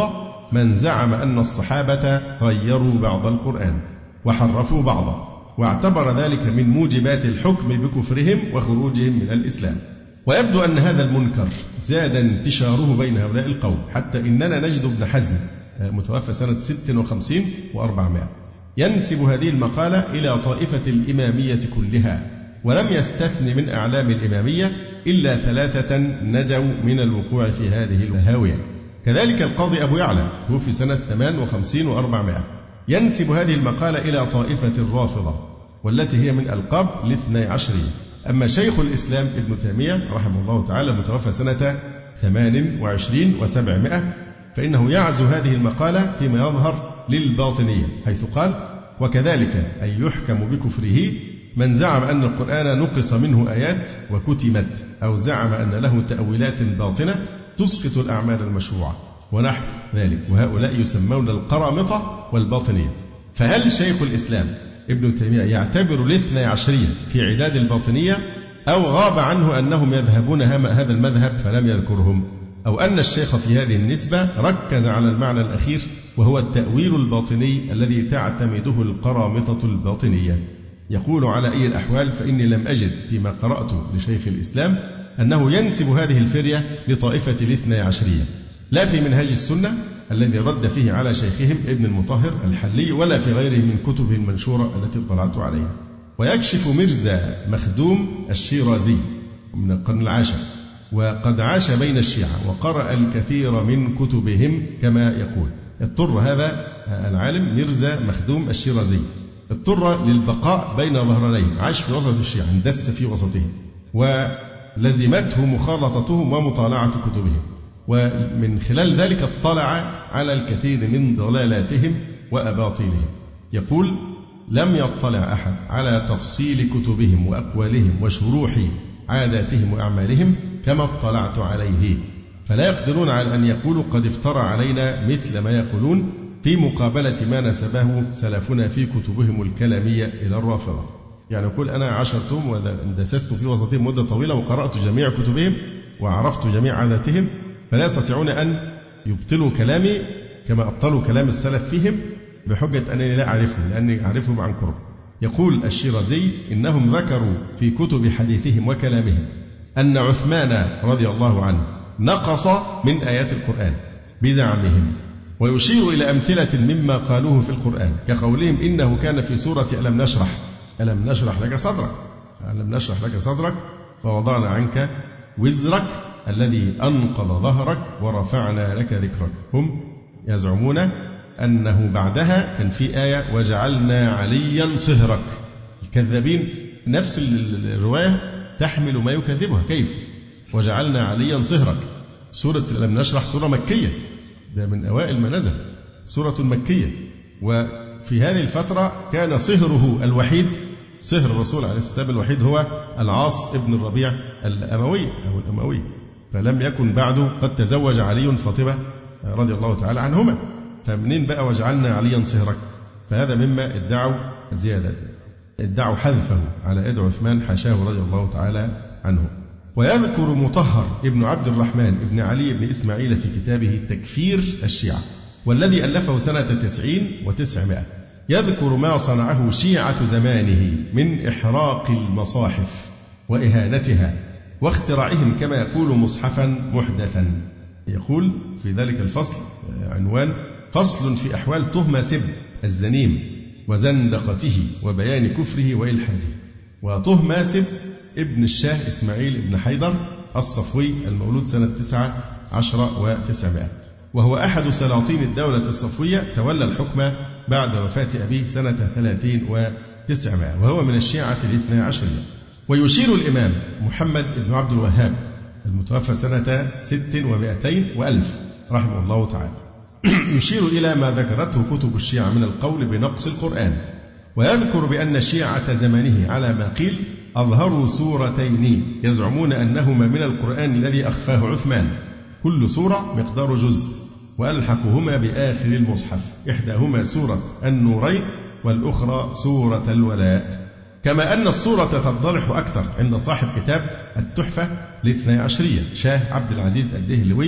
من زعم أن الصحابة غيروا بعض القرآن وحرفوا بعضه، واعتبر ذلك من موجبات الحكم بكفرهم وخروجهم من الإسلام. ويبدو أن هذا المنكر زاد انتشاره بين هؤلاء القوم، حتى إننا نجد ابن حزم متوفى سنة ست وخمسين وأربعمائة ينسب هذه المقالة إلى طائفة الإمامية كلها، ولم يستثن من أعلام الإمامية إلا ثلاثة نجوا من الوقوع في هذه الهاوية. كذلك القاضي أبو يعلى توفي سنة ثمان وخمسين وأربعمائة ينسب هذه المقالة إلى طائفة الرافضة، والتي هي من ألقاب الاثني عشرية. أما شيخ الإسلام ابن تيمية رحمه الله تعالى متوفى سنة ثمان وعشرين وسبعمائة فإنه يعزو هذه المقالة فيما يظهر للباطنية، حيث قال: وكذلك أن يحكم بكفره من زعم أن القرآن نقص منه آيات وكتمت، أو زعم أن له تأويلات باطنة تسقط الأعمال المشروعة ونحو ذلك، وهؤلاء يسمون القرامطة والباطنية. فهل شيخ الإسلام ابن تيمية يعتبر الاثني عشرية في عداد الباطنية، أو غاب عنه أنهم يذهبون هذا المذهب فلم يذكرهم، أو أن الشيخ في هذه النسبة ركز على المعنى الأخير وهو التأويل الباطني الذي تعتمده القرامطة الباطنية؟ يقول: على أي الأحوال فإني لم أجد فيما قرأت لشيخ الإسلام أنه ينسب هذه الفرية لطائفة الاثني عشرية، لا في منهاج السنة الذي رد فيه على شيخهم ابن المطهر الحلي، ولا في غيره من كتبه المنشورة التي اطلعت عليها. ويكشف مرزا مخدوم الشيرازي من القرن العاشر، وقد عاش بين الشيعة وقرأ الكثير من كتبهم كما يقول. اضطر هذا العالم مرزا مخدوم الشيرازي اضطر للبقاء بين ظهرانين، عاش في وسط الشيعة، اندس في وسطهم، ولزمته مخالطتهم ومطالعة كتبهم، ومن خلال ذلك اطلع على الكثير من ضلالاتهم وأباطيلهم. يقول: لم يطلع أحد على تفصيل كتبهم وأقوالهم وشروح عاداتهم وأعمالهم كما اطلعت عليه، فلا يقدرون على أن يقولوا قد افترى علينا مثل ما يقولون في مقابلة ما نسبه سلفنا في كتبهم الكلامية إلى الرافضة. يعني يقول: أنا عاشرتهم ودسست في وسطهم مدة طويلة وقرأت جميع كتبهم وعرفت جميع عاداتهم، فلا يستطيعون أن يبطلوا كلامي كما أبطلوا كلام السلف فيهم بحجة أنني لا أعرفهم لأني أعرفهم عن قرب. يقول الشيرازي: إنهم ذكروا في كتب حديثهم وكلامهم أن عثمان رضي الله عنه نقص من آيات القرآن بزعمهم، ويشير إلى أمثلة مما قالوه في القرآن كقولهم إنه كان في سورة ألم نشرح ألم نشرح لك صدرك ألم نشرح لك صدرك فوضعنا عنك وزرك الذي أنقض ظهرك ورفعنا لك ذكرك. هم يزعمون أنه بعدها كان في آية وجعلنا عليا صهرك. الكذابين نفس الرواية تحمل ما يكذبها. كيف وجعلنا عليا صهرك؟ سورة ألم نشرح سورة مكية، ده من أوائل ما نزل، سورة مكية، وفي هذه الفترة كان صهره الوحيد، صهر الرسول عليه الصلاة والسلام الوحيد هو العاص ابن الربيع الأموي أو الأموي، فلم يكن بعد قد تزوج علي فاطمة رضي الله تعالى عنهما، فمنين بقى وجعلنا عليا صهرك؟ فهذا مما ادعوا زيادة، ادعوا حذفه على يد عثمان حاشاه رضي الله تعالى عنه. ويذكر مطهر ابن عبد الرحمن ابن علي بن إسماعيل في كتابه تكفير الشيعة، والذي ألفه سنة تسعين وتسعمائة، يذكر ما صنعه شيعة زمانه من إحراق المصاحف وإهانتها واختراعهم كما يقول مصحفا محدثا. يقول في ذلك الفصل عنوان: فصل في أحوال تهمة سب الزنيم وزندقته وبيان كفره وإلحاده. وتهمة سب ابن الشاه إسماعيل بن حيدر الصفوي المولود سنة تسعة عشر وتسعمائة، وهو أحد سلاطين الدولة الصفوية، تولى الحكم بعد وفاة أبيه سنة ثلاثين وتسعمائة، وهو من الشيعة الاثنى عشرية. ويشير الإمام محمد بن عبد الوهاب المتوفى سنة ست ومائتين وألف رحمه الله تعالى يشير إلى ما ذكرته كتب الشيعة من القول بنقص القرآن، ويذكر بأن شيعة زمانه على ما قيل أظهروا سورتين يزعمون أنهما من القرآن الذي أخفاه عثمان، كل سورة مقدار جزء، وألحقهما بآخر المصحف، إحداهما سورة النورين والأخرى سورة الولاء. كما أن الصورة تتضح أكثر عند صاحب كتاب التحفة الاثنى عشرية شاه عبد العزيز الدهلوي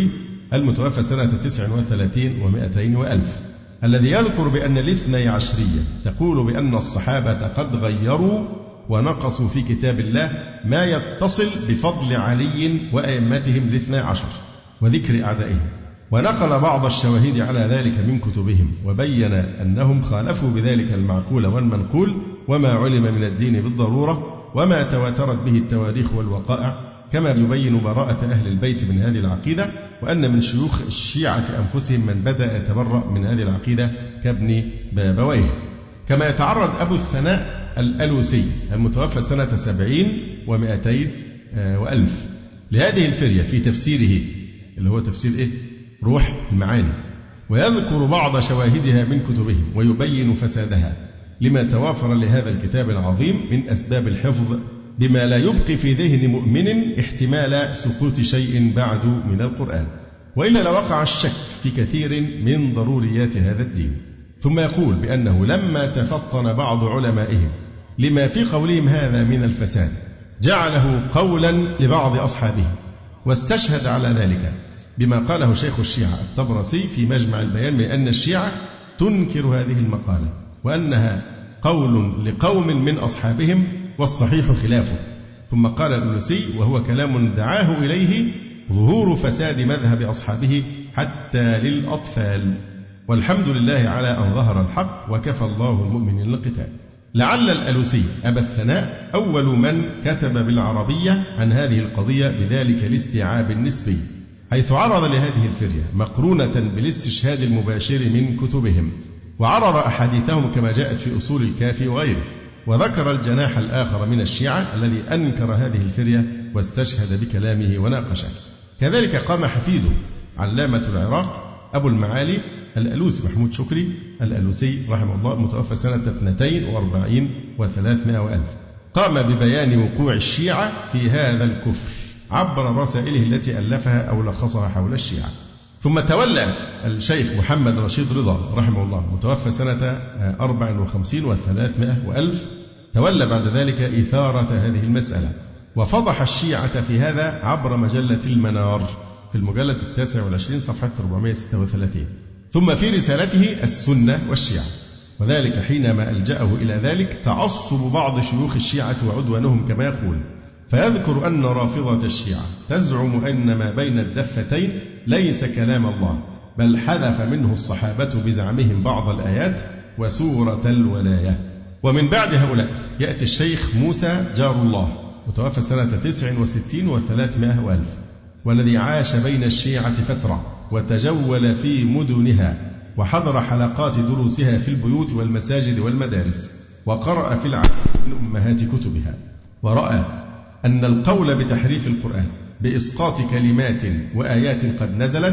المتوفى سنة تسع وثلاثين ومائتين وألف، الذي يذكر بأن الاثني عشرية تقول بأن الصحابة قد غيروا ونقصوا في كتاب الله ما يتصل بفضل علي وأئمتهم الاثنى عشر وذكر أعدائهم، ونقل بعض الشواهد على ذلك من كتبهم، وبين أنهم خالفوا بذلك المعقول والمنقول وما علم من الدين بالضرورة وما تواترت به التواريخ والوقائع، كما يبين براءة أهل البيت من هذه العقيدة، وأن من شيوخ الشيعة أنفسهم من بدأ يتبرأ من هذه العقيدة كابن بابويه. كما يتعرض أبو الثناء الألوسي المتوفى سنة سبعين ومائتين وألف لهذه الفرية في تفسيره اللي هو تفسير إيه؟ روح المعاني، ويذكر بعض شواهدها من كتبهم ويبين فسادها لما توافر لهذا الكتاب العظيم من أسباب الحفظ بما لا يبقي في ذهن مؤمن احتمال سقوط شيء بعد من القرآن، وإلا لوقع الشك في كثير من ضروريات هذا الدين. ثم يقول بأنه لما تفطن بعض علمائهم لما في قولهم هذا من الفساد جعله قولا لبعض أصحابه، واستشهد على ذلك بما قاله شيخ الشيعة الطبرسي في مجمع البيان من أن الشيعة تنكر هذه المقالة وأنها قول لقوم من أصحابهم والصحيح خلافه. ثم قال الألوسي وهو كلام دعاه إليه ظهور فساد مذهب أصحابه حتى للأطفال، والحمد لله على أن ظهر الحق وكفى الله المؤمنين القتال. لعل الألوسي أبا الثناء أول من كتب بالعربية عن هذه القضية بذلك الاستيعاب النسبي، حيث عرض لهذه الفرية مقرونة بالاستشهاد المباشر من كتبهم، وعرض أحاديثهم كما جاءت في أصول الكافي وغيره، وذكر الجناح الآخر من الشيعة الذي أنكر هذه الفرية واستشهد بكلامه وناقشه. كذلك قام حفيده علامة العراق أبو المعالي الألوسي محمود شكري الألوسي رحمه الله المتوفى سنة اثنتين وأربعين وثلاثمائة وألف، قام ببيان وقوع الشيعة في هذا الكفر عبر رسائله التي ألفها أو لخصها حول الشيعة. ثم تولى الشيخ محمد رشيد رضا رحمه الله متوفى سنة أربع وخمسين وثلاثمائة وألف، تولى بعد ذلك إثارة هذه المسألة، وفضح الشيعة في هذا عبر مجلة المنار في المجلد التاسع والعشرين صفحة أربعمائة وستة وثلاثين، ثم في رسالته السنة والشيعة، وذلك حينما ألجأه إلى ذلك تعصب بعض شيوخ الشيعة وعدوانهم كما يقول، فيذكر أن رافضة الشيعة تزعم أن ما بين الدفتين ليس كلام الله، بل حذف منه الصحابة بزعمهم بعض الآيات وسورة الولاية. ومن بعد هؤلاء يأتي الشيخ موسى جار الله متوفى سنة تسع وستين وثلاثمائة وألف، والذي عاش بين الشيعة فترة وتجول في مدنها وحضر حلقات دروسها في البيوت والمساجد والمدارس، وقرأ في العديد من أمهات كتبها، ورأى أن القول بتحريف القرآن بإسقاط كلمات وآيات قد نزلت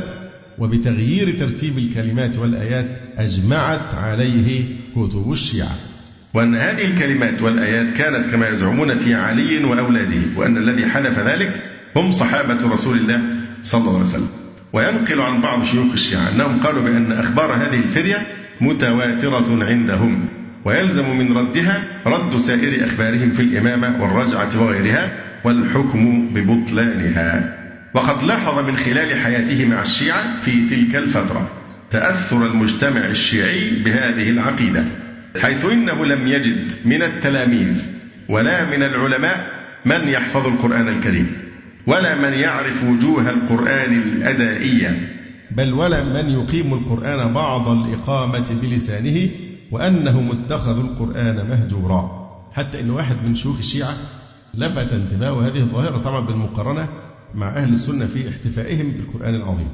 وبتغيير ترتيب الكلمات والآيات أجمعت عليه كتب الشيعة، وأن هذه الكلمات والآيات كانت كما يزعمون في علي وأولاده، وأن الذي حدث ذلك هم صحابة رسول الله صلى الله عليه وسلم. وينقل عن بعض شيوخ الشيعة أنهم قالوا بأن أخبار هذه الفرية متواترة عندهم، ويلزم من ردها رد سائر أخبارهم في الإمامة والرجعة وغيرها والحكم ببطلانها. وقد لاحظ من خلال حياته مع الشيعة في تلك الفترة تأثر المجتمع الشيعي بهذه العقيدة، حيث إنه لم يجد من التلاميذ ولا من العلماء من يحفظ القرآن الكريم، ولا من يعرف وجوه القرآن الأدائية، بل ولا من يقيم القرآن بعض الإقامة بلسانه، وأنهم اتخذوا القرآن مهجورا. حتى أن واحد من شيوخ الشيعة لفت انتباه هذه الظاهرة طبعا بالمقارنة مع أهل السنة في احتفائهم بالقرآن العظيم.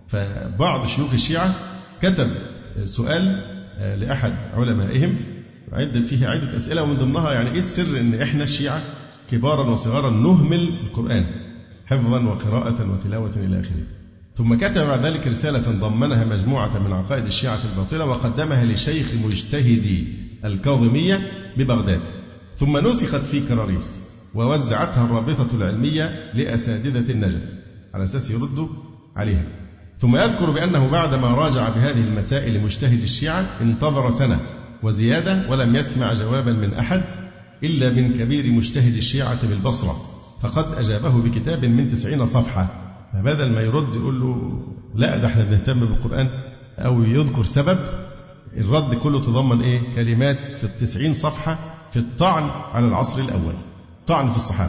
فبعض شيوخ الشيعة كتب سؤال لأحد علمائهم عدة فيه عدة أسئلة، ومن ضمنها يعني إيه السر إن إحنا الشيعة كبارا وصغارا نهمل القرآن حفظا وقراءة وتلاوة إلى آخره. ثم كتب بعد ذلك رسالة ضمنها مجموعة من عقائد الشيعة الباطلة وقدمها لشيخ مجتهدي الكاظمية ببغداد، ثم نسخت في كراريس ووزعتها الرابطة العلمية لأساتذة النجف على أساس يردوا عليها. ثم يذكر بأنه بعدما راجع بهذه المسائل مجتهد الشيعة انتظر سنة وزيادة ولم يسمع جوابا من أحد إلا من كبير مجتهد الشيعة بالبصرة، فقد أجابه بكتاب من تسعين صفحة، فبدل ما يرد يقول له لا ده احنا بنهتم بالقرآن، أو يذكر سبب الرد كله تضمن إيه؟ كلمات في التسعين صفحة في الطعن على العصر الأول، طعن في الصحابة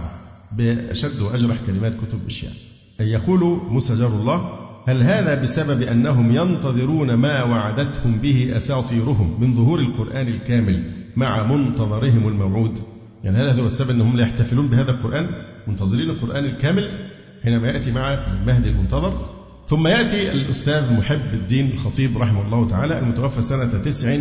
بأشد وأجرح كلمات كتب الشيعة. يقول موسى جار الله: هل هذا بسبب أنهم ينتظرون ما وعدتهم به أساطيرهم من ظهور القرآن الكامل مع منتظرهم الموعود؟ يعني هل هذا هو السبب أنهم لا يحتفلون بهذا القرآن، منتظرين القرآن الكامل حينما يأتي مع المهدي المنتظر؟ ثم يأتي الأستاذ محب الدين الخطيب رحمه الله تعالى المتوفى سنة تسع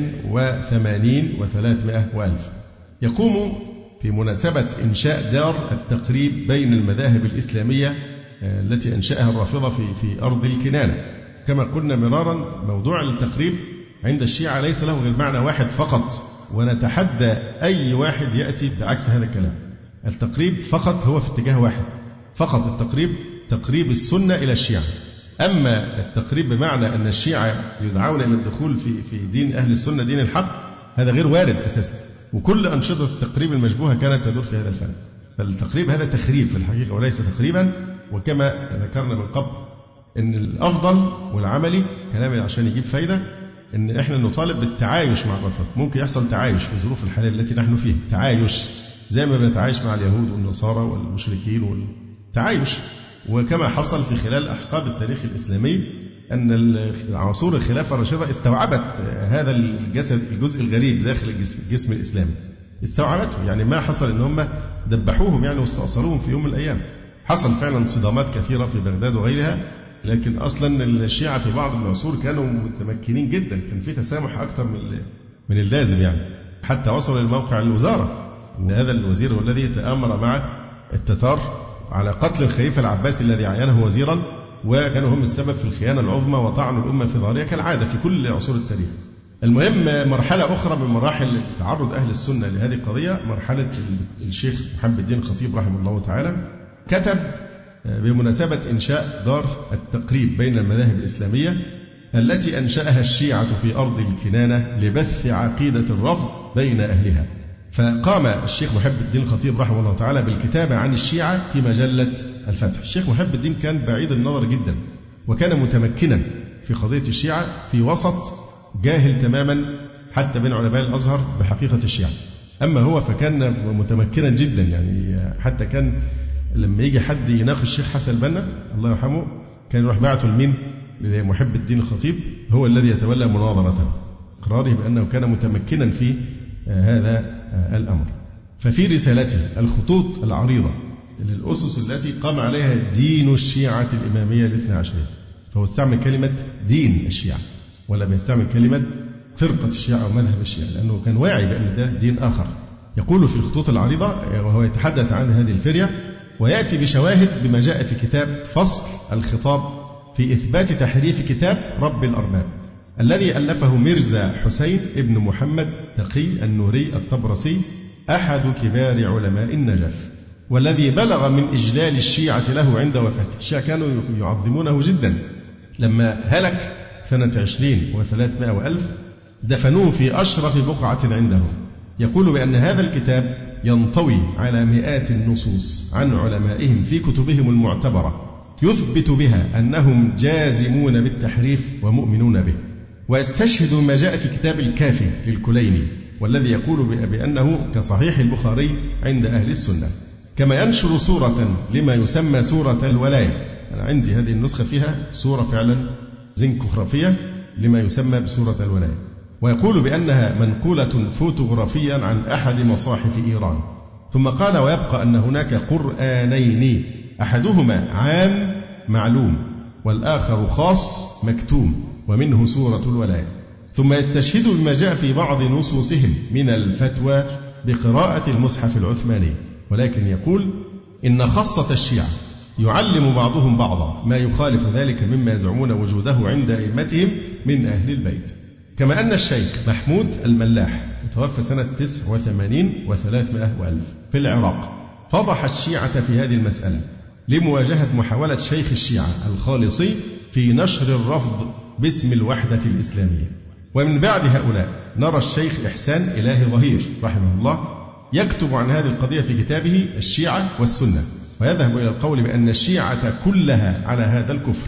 وثمانين وثلاثمائة وألف، يقوم في مناسبة إنشاء دار التقريب بين المذاهب الإسلامية التي أنشأها الرافضة في في أرض الكنانة. كما قلنا مرارا، موضوع التقريب عند الشيعة ليس له غير معنى واحد فقط، ونتحدى أي واحد يأتي بعكس هذا الكلام. التقريب فقط هو في اتجاه واحد فقط، التقريب تقريب السنة إلى الشيعة. أما التقريب بمعنى أن الشيعة يدعون إلى الدخول في في دين أهل السنة دين الحق، هذا غير وارد أساسا، وكل أنشطة التقريب المشبوهة كانت تدور في هذا الفن. فالتقريب هذا تخريب في الحقيقة وليس تقريبا. وكما ذكرنا من قبل أن الأفضل والعملي كلامي عشان يجيب فايدة أن إحنا نطالب بالتعايش مع الرافضة. ممكن يحصل تعايش في الظروف الحالية التي نحن فيها، تعايش زي ما بنتعايش مع اليهود والنصارى والمشركين والتعايش. وكما حصل في خلال أحقاب التاريخ الإسلامي أن عصور الخلافة الراشدة استوعبت هذا الجسد الجزء الغريب داخل الجسم, الجسم الإسلامي، استوعبته. يعني ما حصل أن هم دبحوهم يعني واستأصلوهم في يوم من الأيام. حصل فعلا صدامات كثيرة في بغداد وغيرها، لكن أصلا الشيعة في بعض العصور كانوا متمكنين جدا، كان في تسامح أكثر من من اللازم يعني، حتى وصل لموقع الوزارة أن هذا الوزير هو الذي تآمر مع التتار على قتل الخليفة العباسي الذي عينه وزيرا، وكانوا هم السبب في الخيانة العظمى وطعن الأمة في ظهرها كالعادة في كل عصور التاريخ. المهم مرحلة أخرى من مراحل تعرض أهل السنة لهذه القضية، مرحلة الشيخ محب الدين الخطيب رحمه الله تعالى كتب بمناسبة إنشاء دار التقريب بين المذاهب الإسلامية التي أنشأها الشيعة في أرض الكنانة لبث عقيدة الرفض بين أهلها. فقام الشيخ محب الدين الخطيب رحمه الله تعالى بالكتابة عن الشيعة في مجلة الفتح. الشيخ محب الدين كان بعيد النظر جدا، وكان متمكنا في قضية الشيعة في وسط جاهل تماما حتى بين علماء الأزهر بحقيقة الشيعة. أما هو فكان متمكنا جدا، يعني حتى كان لما يجي حد يناقش الشيخ حسن البنا الله يرحمه كان يروح بعته لمين؟ لمحب الدين الخطيب، هو الذي يتولى مناظرته، إقراره بأنه كان متمكنا في هذا الأمر. ففي رسالته الخطوط العريضة للأسس التي قام عليها دين الشيعة الإمامية الاثنى عشرية، فهو استعمل كلمة دين الشيعة ولا بيستعمل كلمة فرقة الشيعة أو مذهب الشيعة، لأنه كان واعي بأن ده دين آخر. يقول في الخطوط العريضة وهو يتحدث عن هذه الفرية ويأتي بشواهد بما جاء في كتاب فصل الخطاب في إثبات تحريف كتاب رب الأرباب الذي ألفه ميرزا حسين ابن محمد تقي النوري الطبرسي أحد كبار علماء النجف، والذي بلغ من إجلال الشيعة له عند وفاته. الشيعة كانوا يعظمونه جدا. لما هلك سنة عشرين وثلاثمائة وألف دفنوه في أشرف بقعة عندهم. يقول بأن هذا الكتاب ينطوي على مئات النصوص عن علمائهم في كتبهم المعتبرة يثبت بها أنهم جازمون بالتحريف ومؤمنون به. ويستشهد ما جاء في كتاب الكافي للكليني والذي يقول بأنه كصحيح البخاري عند أهل السنة. كما ينشر صورة لما يسمى سورة الولاية. أنا عندي هذه النسخة فيها صورة فعلا زنكوغرافية لما يسمى بسورة الولاية، ويقول بأنها منقولة فوتوغرافيا عن أحد مصاحف إيران. ثم قال ويبقى أن هناك قرآنين أحدهما عام معلوم والآخر خاص مكتوم ومنه سورة الولاية. ثم يستشهد بما جاء في بعض نصوصهم من الفتوى بقراءة المصحف العثماني، ولكن يقول إن خاصة الشيعة يعلم بعضهم بعضا ما يخالف ذلك مما يزعمون وجوده عند أئمتهم من أهل البيت. كما أن الشيخ محمود الملاح متوفى سنة تسع وثمانين وثلاثمائة وألف في العراق فضح الشيعة في هذه المسألة لمواجهة محاولة شيخ الشيعة الخالصي في نشر الرفض باسم الوحدة الإسلامية. ومن بعد هؤلاء نرى الشيخ إحسان إلهي ظهير رحمه الله يكتب عن هذه القضية في كتابه الشيعة والسنة، ويذهب إلى القول بأن الشيعة كلها على هذا الكفر،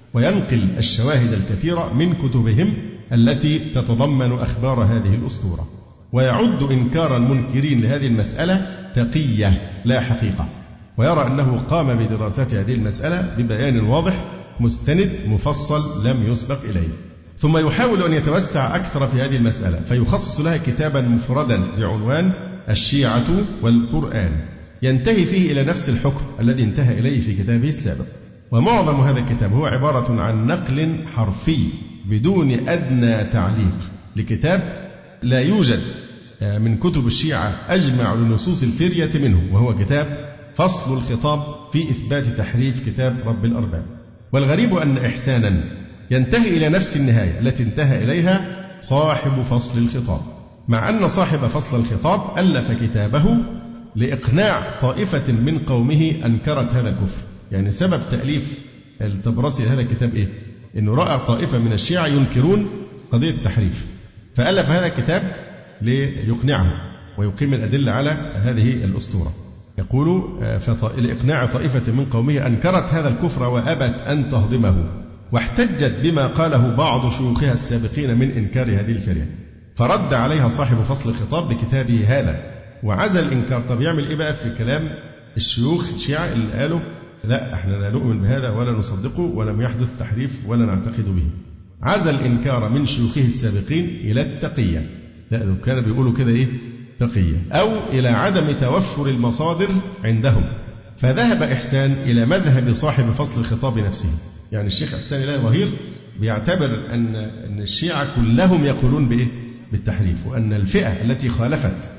وينقل الشواهد الكثيرة من كتبهم التي تتضمن أخبار هذه الأسطورة، ويعد إنكار المنكرين لهذه المسألة تقية لا حقيقة، ويرى أنه قام بدراسة هذه المسألة ببيان واضح مستند مفصل لم يسبق إليه، ثم يحاول أن يتوسع أكثر في هذه المسألة فيخصص لها كتابا مفردا بعنوان الشيعة والقرآن، ينتهي فيه إلى نفس الحكم الذي انتهى إليه في كتابه السابق. ومعظم هذا الكتاب هو عبارة عن نقل حرفي بدون أدنى تعليق لكتاب لا يوجد من كتب الشيعة أجمع لنصوص الفرية منه، وهو كتاب فصل الخطاب في إثبات تحريف كتاب رب الأرباب. والغريب أن إحسانا ينتهي إلى نفس النهاية التي انتهى إليها صاحب فصل الخطاب، مع أن صاحب فصل الخطاب ألف كتابه لإقناع طائفة من قومه أنكرت هذا الكفر. يعني سبب تأليف الطبرسي هذا الكتاب إيه؟ إنه رأى طائفة من الشيعة ينكرون قضية التحريف، فألف هذا الكتاب ليقنعهم ويقيم الأدلة على هذه الأسطورة. يقول لإقناع طائفة من قومه أنكرت هذا الكفر وأبت أن تهضمه، واحتجت بما قاله بعض شيوخها السابقين من إنكار هذه الفرية، فرد عليها صاحب فصل الخطاب بكتابه هذا وعزل الإنكار. طب يعمل إيه بقى في كلام الشيوخ الشيعة اللي قالوا لا احنا لا نؤمن بهذا ولا نصدقه ولم يحدث تحريف ولا نعتقد به؟ عزل الإنكار من شيوخه السابقين إلى التقية، لا كانوا بيقولوا كده إيه تقية، أو إلى عدم توفر المصادر عندهم، فذهب إحسان إلى مذهب صاحب فصل الخطاب نفسه. يعني الشيخ إحسان إلهي ظهير بيعتبر أن أن الشيعة كلهم يقولون بإيه بالتحريف، وأن الفئة التي خالفت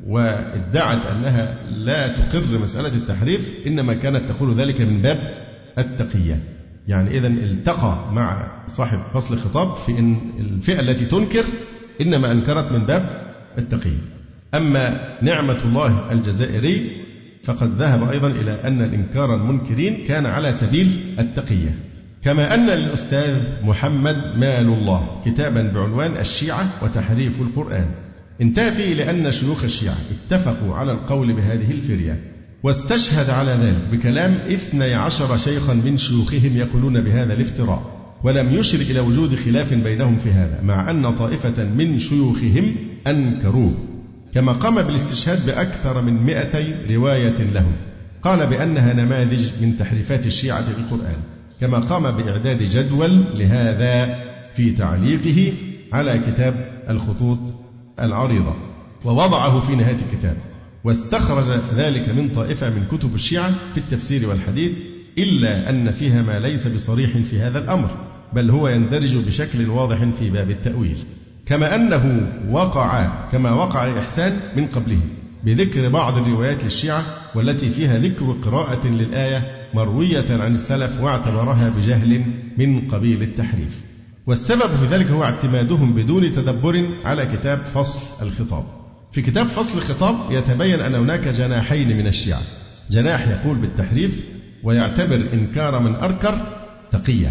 وادعت أنها لا تقر مسألة التحريف إنما كانت تقول ذلك من باب التقية. يعني إذن التقى مع صاحب فصل الخطاب في أن الفئة التي تنكر إنما أنكرت من باب التقية. أما نعمة الله الجزائري فقد ذهب أيضا إلى أن الإنكار المنكرين كان على سبيل التقية. كما أن للأستاذ محمد مال الله كتابا بعنوان الشيعة وتحريف القرآن، انتهى فيه لأن شيوخ الشيعة اتفقوا على القول بهذه الفرية، واستشهد على ذلك بكلام اثني عشر شيخا من شيوخهم يقولون بهذا الافتراء، ولم يشر إلى وجود خلاف بينهم في هذا، مع أن طائفة من شيوخهم أنكروه. كما قام بالاستشهاد بأكثر من مئتي رواية لهم قال بأنها نماذج من تحريفات الشيعة للقرآن، كما قام بإعداد جدول لهذا في تعليقه على كتاب الخطوط العريضة ووضعه في نهاية الكتاب، واستخرج ذلك من طائفة من كتب الشيعة في التفسير والحديث، إلا أن فيها ما ليس بصريح في هذا الأمر، بل هو يندرج بشكل واضح في باب التأويل. كما أنه وقع كما وقع إحسان من قبله بذكر بعض الروايات للشيعة والتي فيها ذكر قراءة للآية مروية عن السلف واعتبرها بجهل من قبيل التحريف. والسبب في ذلك هو اعتمادهم بدون تدبر على كتاب فصل الخطاب. في كتاب فصل الخطاب يتبين أن هناك جناحين من الشيعة، جناح يقول بالتحريف ويعتبر إنكار من أنكر تقية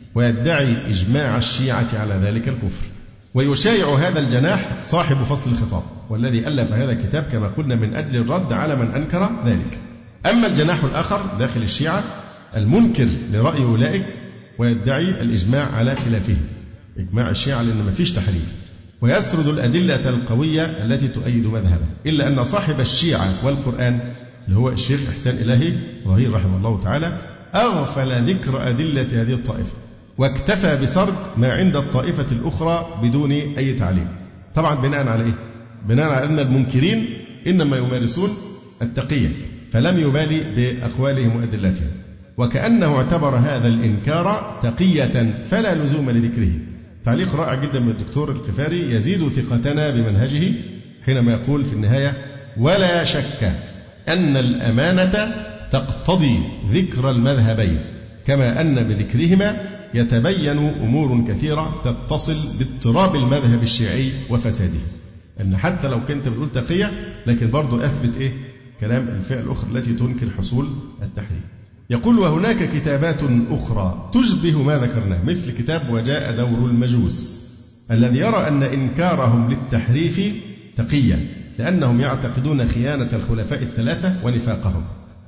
ويدعي إجماع الشيعة على ذلك الكفر، ويشايع هذا الجناح صاحب فصل الخطاب والذي ألف هذا الكتاب كما قلنا من أجل الرد على من أنكر ذلك. أما الجناح الآخر داخل الشيعة المنكر لرأي أولئك ويدعي الإجماع على خلافه، إجماع الشيعة لأن ما فيش تحريف، ويسرد الأدلة القوية التي تؤيد مذهبه، إلا أن صاحب الشيعة والقرآن اللي هو الشيخ إحسان إلهي ظهير رحمه الله تعالى أغفل ذكر أدلة هذه الطائفة واكتفى بسرد ما عند الطائفة الأخرى بدون أي تعليق. طبعا بناء على إيه؟ بناء على أن المنكرين إنما يمارسون التقية، فلم يبالي بأقوالهم وأدلتهم، وكأنه اعتبر هذا الإنكار تقية فلا لزوم لذكره. تعليق رائع جدا من الدكتور القفاري يزيد ثقتنا بمنهجه حينما يقول في النهاية: ولا شك أن الأمانة تقتضي ذكر المذهبين، كما أن بذكرهما يتبين أمور كثيرة تتصل باضطراب المذهب الشيعي وفساده. أن حتى لو كنت بتقول تقية لكن برضو أثبت إيه؟ كلام الفئة الأخرى التي تنكر حصول التحريف. يقول: وهناك كتابات أخرى تشبه ما ذكرناه، مثل كتاب وجاء دور المجوس الذي يرى أن إنكارهم للتحريف تقية لأنهم يعتقدون خيانة الخلفاء الثلاثة ونفاقهم،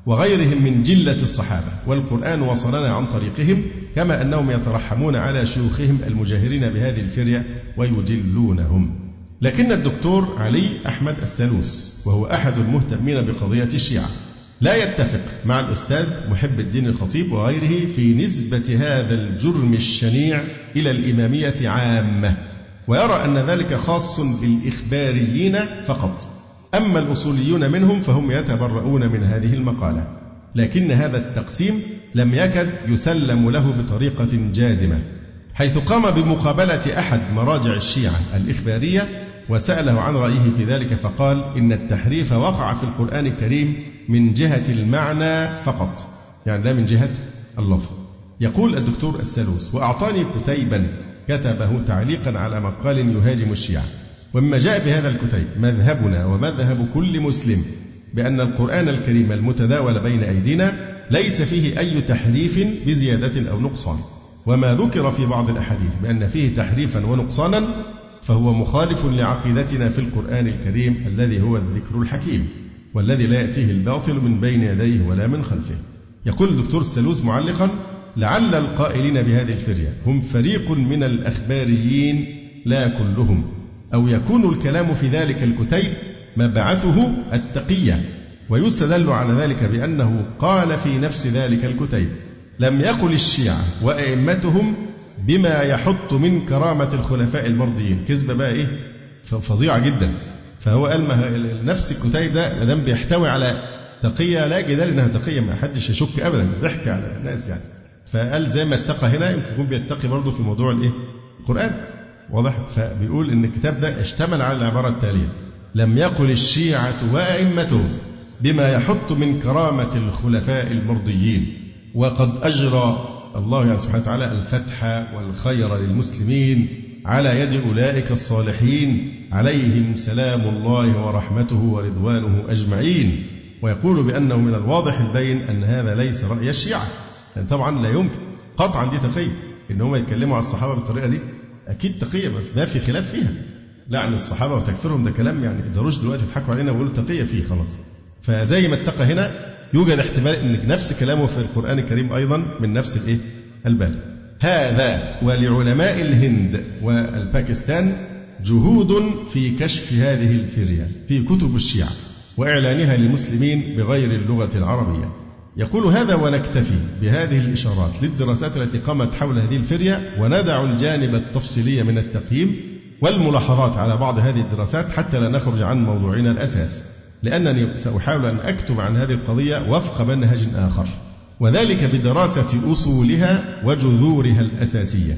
وغيرهم من جلة الصحابة، والقرآن وصلنا عن طريقهم، كما أنهم يترحمون على شيوخهم المجاهرين بهذه الفرية ويجلونهم. لكن الدكتور علي أحمد السالوس، وهو أحد المهتمين بقضية الشيعة، لا يتفق مع الأستاذ محب الدين الخطيب وغيره في نسبة هذا الجرم الشنيع إلى الإمامية عامة، ويرى أن ذلك خاص بالإخباريين فقط، أما الأصوليون منهم فهم يتبرؤون من هذه المقالة. لكن هذا التقسيم لم يكد يسلم له بطريقة جازمة، حيث قام بمقابلة أحد مراجع الشيعة الإخبارية وسأله عن رأيه في ذلك، فقال إن التحريف وقع في القرآن الكريم من جهة المعنى فقط، يعني لا من جهة اللفظ. يقول الدكتور السالوس: وأعطاني كتيبا كتبه تعليقا على مقال يهاجم الشيعة، ومما جاء في هذا الكتيب مذهبنا ومذهب كل مسلم بأن القرآن الكريم المتداول بين أيدينا ليس فيه أي تحريف بزيادة أو نقصان، وما ذكر في بعض الأحاديث بأن فيه تحريفا ونقصانا فهو مخالف لعقيدتنا في القرآن الكريم الذي هو الذكر الحكيم، والذي لا يأتيه الباطل من بين يديه ولا من خلفه. يقول الدكتور السالوس معلقا: لعل القائلين بهذه الفرية هم فريق من الأخباريين لا كلهم، أو يكون الكلام في ذلك الكتيب مبعثه التقية، ويستدل على ذلك بأنه قال في نفس ذلك الكتيب: لم يقل الشيعة وأئمتهم بما يحط من كرامة الخلفاء المرضيين. كذبة بقى إيه فظيعة جدا. فهو قال ما نفس الكتيب ده دام بيحتوي على تقية لا جدال إنها تقية، ما حدش يشك أبدا، ضحك على الناس يعني. فقال زي ما اتقى هنا يمكن يكون بيتقي برضه في موضوع الإيه القرآن، واضح. فبيقول إن الكتاب ده اشتمل على العبارة التالية: لم يقل الشيعة وأئمتهم بما يحط من كرامة الخلفاء المرضيين، وقد أجرى الله يعني سبحانه وتعالى الفتح والخير للمسلمين على يد أولئك الصالحين عليهم سلام الله ورحمته ورضوانه أجمعين. ويقول بأنه من الواضح البين أن هذا ليس رأي الشيعة، يعني طبعا لا يمكن قطعا دي تقية إن هم يتكلموا على الصحابة بالطريقة دي، أكيد تقية ما في خلاف فيها. لعن الصحابة وتكفيرهم ده كلام يعني يقدروش دلوقتي يضحكوا علينا ويقولوا تقية فيه خلاص. فزي ما اتقى هنا يوجد احتمال أن نفس كلامه في القرآن الكريم أيضا من نفس الإيه الباب. هذا ولعلماء الهند والباكستان جهود في كشف هذه الفرية في كتب الشيعة وإعلانها للمسلمين بغير اللغة العربية. يقول هذا ونكتفي بهذه الإشارات للدراسات التي قامت حول هذه الفرية، وندع الجانب التفصيلي من التقييم والملاحظات على بعض هذه الدراسات حتى لا نخرج عن موضوعنا الأساس، لأنني سأحاول أن أكتب عن هذه القضية وفق منهج آخر، وذلك بدراسة أصولها وجذورها الأساسية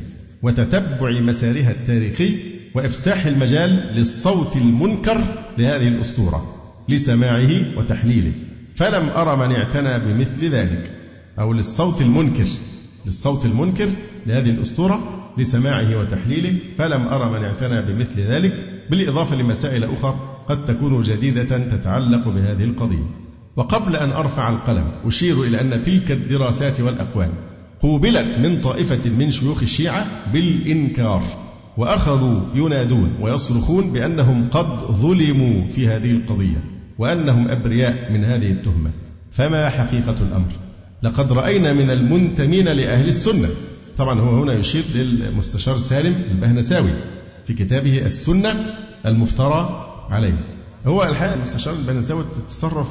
وتتبع مسارها التاريخي وإفساح المجال للصوت المنكر لهذه الأسطورة لسماعه وتحليله. فلم أرى من اعتنى بمثل ذلك، أو للصوت المنكر للصوت المنكر لهذه الأسطورة لسماعه وتحليله، فلم أرى من اعتنى بمثل ذلك، بالإضافة لمسائل أخرى قد تكون جديدة تتعلق بهذه القضية. وقبل أن أرفع القلم أشير إلى أن تلك الدراسات والأقوال قوبلت من طائفة من شيوخ الشيعة بالإنكار، وأخذوا ينادون ويصرخون بأنهم قد ظلموا في هذه القضية وأنهم أبرياء من هذه التهمة. فما حقيقة الأمر؟ لقد رأينا من المنتمين لأهل السنة، طبعا هو هنا يشير للمستشار سالم البهنساوي في كتابه السنة المفترى عليه. هو الحقيقة المستشار البهنساوي تصرف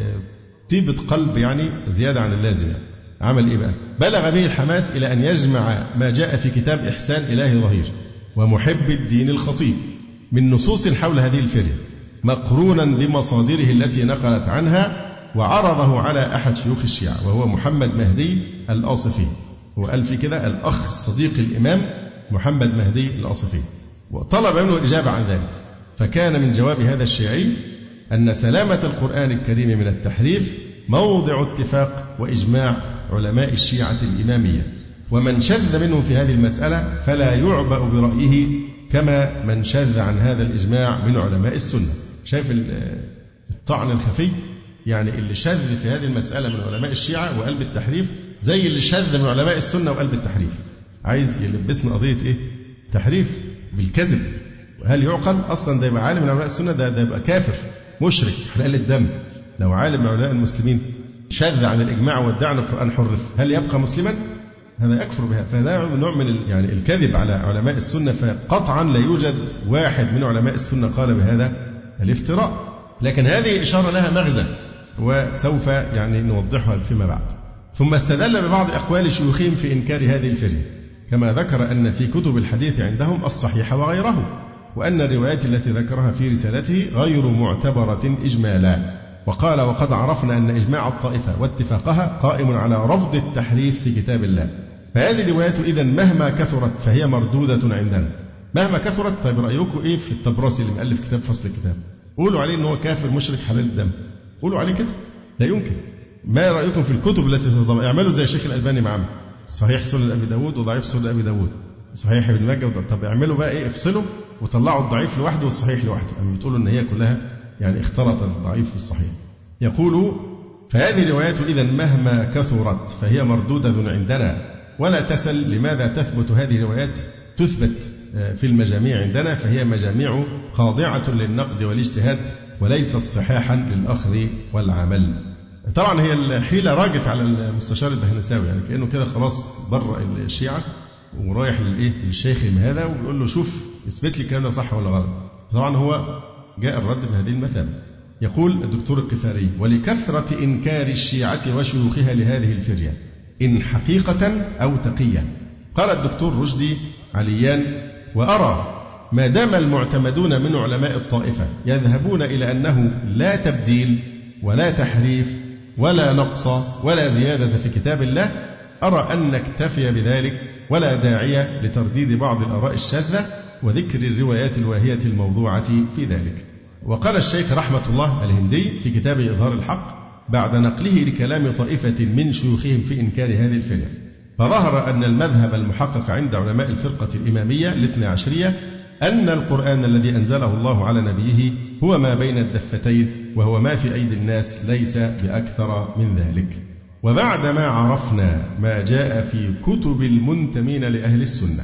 بطيبة قلب يعني زيادة عن اللازم. يعني عمل إيه بقى؟ بلغ به الحماس إلى أن يجمع ما جاء في كتاب إحسان إلهي ظهير ومحب الدين الخطيب من نصوص حول هذه الفرية مقرونا بمصادره التي نقلت عنها، وعرضه على أحد شيوخ الشيعة وهو محمد مهدي الآصفي. هو قال في كده الأخ الصديق الإمام محمد مهدي الآصفي، وطلب منه الإجابة عن ذلك. فكان من جواب هذا الشيعي أن سلامة القرآن الكريم من التحريف موضع اتفاق وإجماع علماء الشيعة الإمامية، ومن شذ منهم في هذه المسألة فلا يعبأ برأيه كما من شذ عن هذا الإجماع من علماء السنة. شايف الطعن الخفي؟ يعني اللي شذ في هذه المسألة من علماء الشيعة وقلب التحريف زي اللي شذ من علماء السنة وقلب التحريف. عايز يلبسنا قضية إيه؟ تحريف بالكذب. هل يعقل أصلا ده يبقى عالم من علماء السنة؟ ده ده يبقى كافر مشرك حلال الدم لو عالم من علماء المسلمين. شاذ عن الإجماع وادعى أن القرآن حرف، هل يبقى مسلما؟ هذا يكفر بها. فهذا نوع من يعني الكذب على علماء السنة، فقطعا لا يوجد واحد من علماء السنة قال بهذا الافتراء. لكن هذه إشارة لها مغزى وسوف يعني نوضحها فيما بعد. ثم استدل ببعض أقوال شيوخهم في إنكار هذه الفرية، كما ذكر أن في كتب الحديث عندهم الصحيح وغيره، وأن الروايات التي ذكرها في رسالته غير معتبرة إجمالا. وقال: وقد عرفنا أن إجماع الطائفة واتفاقها قائم على رفض التحريف في كتاب الله، فهذه الروايات إذن مهما كثرت فهي مردودة عندنا. مهما كثرت. طيب رأيكم إيه في الطبراسي اللي مؤلف كتاب فصل الكتاب؟ قولوا عليه أنه كافر مشرك حلال الدم، قولوا عليه كده، لا يمكن. ما رأيكم في الكتب التي تضم؟ اعملوا زي الشيخ الألباني معنا، صحيح سنن أبي داود وضعيف سنن أبي داود، صحيح ابن ماجه. طب اعملوا بقى إيه، افصلوا وطلعوا الضعيف لوحده والصحيح لوحده. أما بتقولوا إن هي كلها يعني اختلطت الضعيف بالصحيح. يقول: فهذه الروايات إذن مهما كثرت فهي مردودة عندنا، ولا تسل لماذا تثبت هذه الروايات تثبت في المجاميع عندنا، فهي مجاميع خاضعة للنقد والاجتهاد وليست صحاحا للأخذ والعمل. طبعا هي الحيلة راجت على المستشار البهنساوي، يعني كأنه كده خلاص برأ الشيعة ورايح للإيه للشيخ هذا وبيقول له شوف اثبت لي الكلام ده صح ولا غلط. طبعا هو جاء الرد بهذه المثابة. يقول الدكتور القفاري: ولكثرة إنكار الشيعة وشيوخها لهذه الفرية إن حقيقة أو تقية. قال الدكتور رشدي عليان: وأرى ما دام المعتمدون من علماء الطائفة يذهبون إلى أنه لا تبديل ولا تحريف ولا نقص ولا زيادة في كتاب الله، أرى أن نكتفي بذلك ولا داعي لترديد بعض الآراء الشاذة وذكر الروايات الواهية الموضوعة في ذلك. وقال الشيخ رحمة الله الهندي في كتابه إظهار الحق بعد نقله لكلام طائفة من شيوخهم في إنكار هذه الفرية: فظهر أن المذهب المحقق عند علماء الفرقة الإمامية الاثنى عشرية أن القرآن الذي أنزله الله على نبيه هو ما بين الدفتين، وهو ما في أيدي الناس ليس بأكثر من ذلك. وبعدما عرفنا ما جاء في كتب المنتمين لأهل السنة،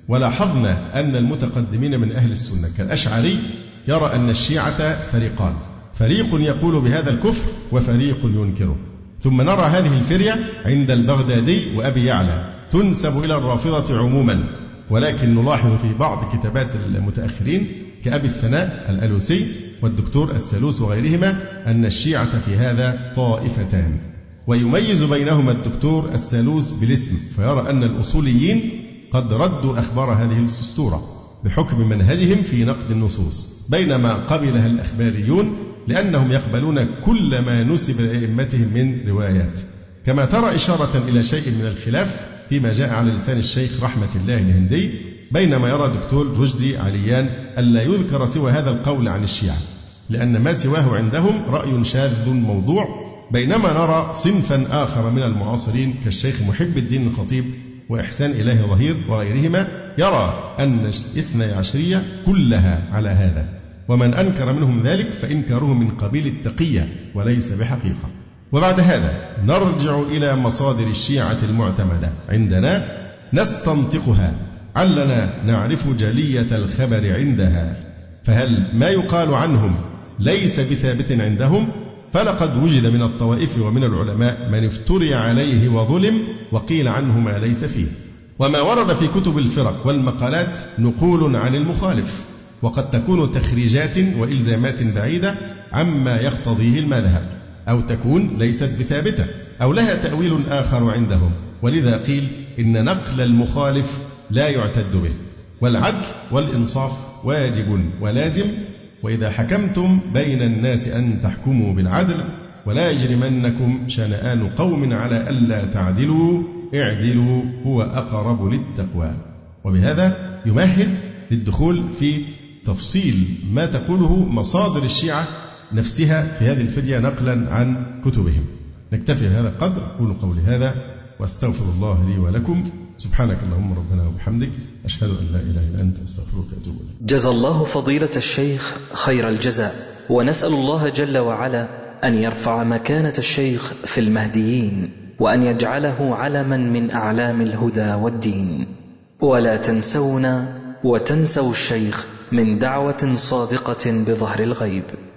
ولاحظنا أن المتقدمين من أهل السنة كالأشعري يرى أن الشيعة فريقان، فريق يقول بهذا الكفر وفريق ينكره. ثم نرى هذه الفرية عند البغدادي وأبي يعلى تنسب إلى الرافضة عموما، ولكن نلاحظ في بعض كتابات المتأخرين كأبي الثناء الألوسي والدكتور السالوس وغيرهما أن الشيعة في هذا طائفتان، ويميز بينهما الدكتور السالوس بالاسم، فيرى أن الأصوليين قد ردوا أخبار هذه الأسطورة بحكم منهجهم في نقد النصوص، بينما قبلها الأخباريون لأنهم يقبلون كل ما نسب لأئمتهم من روايات. كما ترى إشارة إلى شيء من الخلاف فيما جاء على لسان الشيخ رحمة الله الهندي، بينما يرى الدكتور رشدي عليان ألا يذكر سوى هذا القول عن الشيعة، لأن ما سواه عندهم رأي شاذ موضوع، بينما نرى صنفا آخر من المعاصرين كالشيخ محب الدين الخطيب وإحسان إله ظهير وغيرهما يرى أن الاثنى عشرية كلها على هذا، ومن أنكر منهم ذلك فإنكاره من قبيل التقية وليس بحقيقة. وبعد هذا نرجع إلى مصادر الشيعة المعتمدة عندنا نستنطقها علنا نعرف جلية الخبر عندها. فهل ما يقال عنهم ليس بثابت عندهم؟ فلقد وجد من الطوائف ومن العلماء من افتري عليه وظلم وقيل عنه ما ليس فيه. وما ورد في كتب الفرق والمقالات نقول عن المخالف، وقد تكون تخريجات وإلزامات بعيدة عما يقتضيه المذهب، أو تكون ليست بثابتة، أو لها تأويل آخر عندهم، ولذا قيل إن نقل المخالف لا يعتد به، والعدل والإنصاف واجب ولازم، وإذا حكمتم بين الناس أن تحكموا بالعدل، ولا يجرمنكم شنآن قوم على ألا تعدلوا اعدلوا هو أقرب للتقوى. وبهذا يمهد للدخول في تفصيل ما تقوله مصادر الشيعة نفسها في هذه الفرية نقلا عن كتبهم. نكتفي بهذا القدر، أقول قولي هذا واستغفر الله لي ولكم. سبحانك اللهم ربنا وبحمدك، أشهد أن لا إله إلا أنت، أستغفرك وأتوب إليك. جزا الله فضيلة الشيخ خير الجزاء، ونسأل الله جل وعلا أن يرفع مكانة الشيخ في المهديين، وأن يجعله علما من أعلام الهدى والدين. ولا تنسونا وتنسوا الشيخ من دعوة صادقة بظهر الغيب.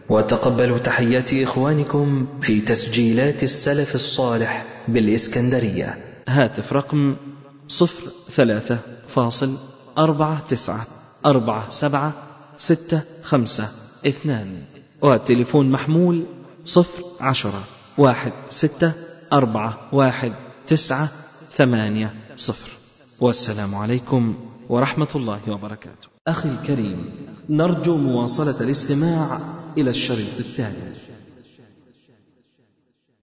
وتقبلوا تحيات إخوانكم في تسجيلات السلف الصالح بالإسكندرية. هاتف رقم صفر ثلاثة فاصل أربعة تسعة أربعة سبعة ستة خمسة اثنان، والتليفون محمول صفر عشرة واحد ستة أربعة واحد تسعة ثمانية صفر. والسلام عليكم ورحمة الله وبركاته. أخي الكريم، نرجو مواصلة الاستماع إلى الشريط الثاني.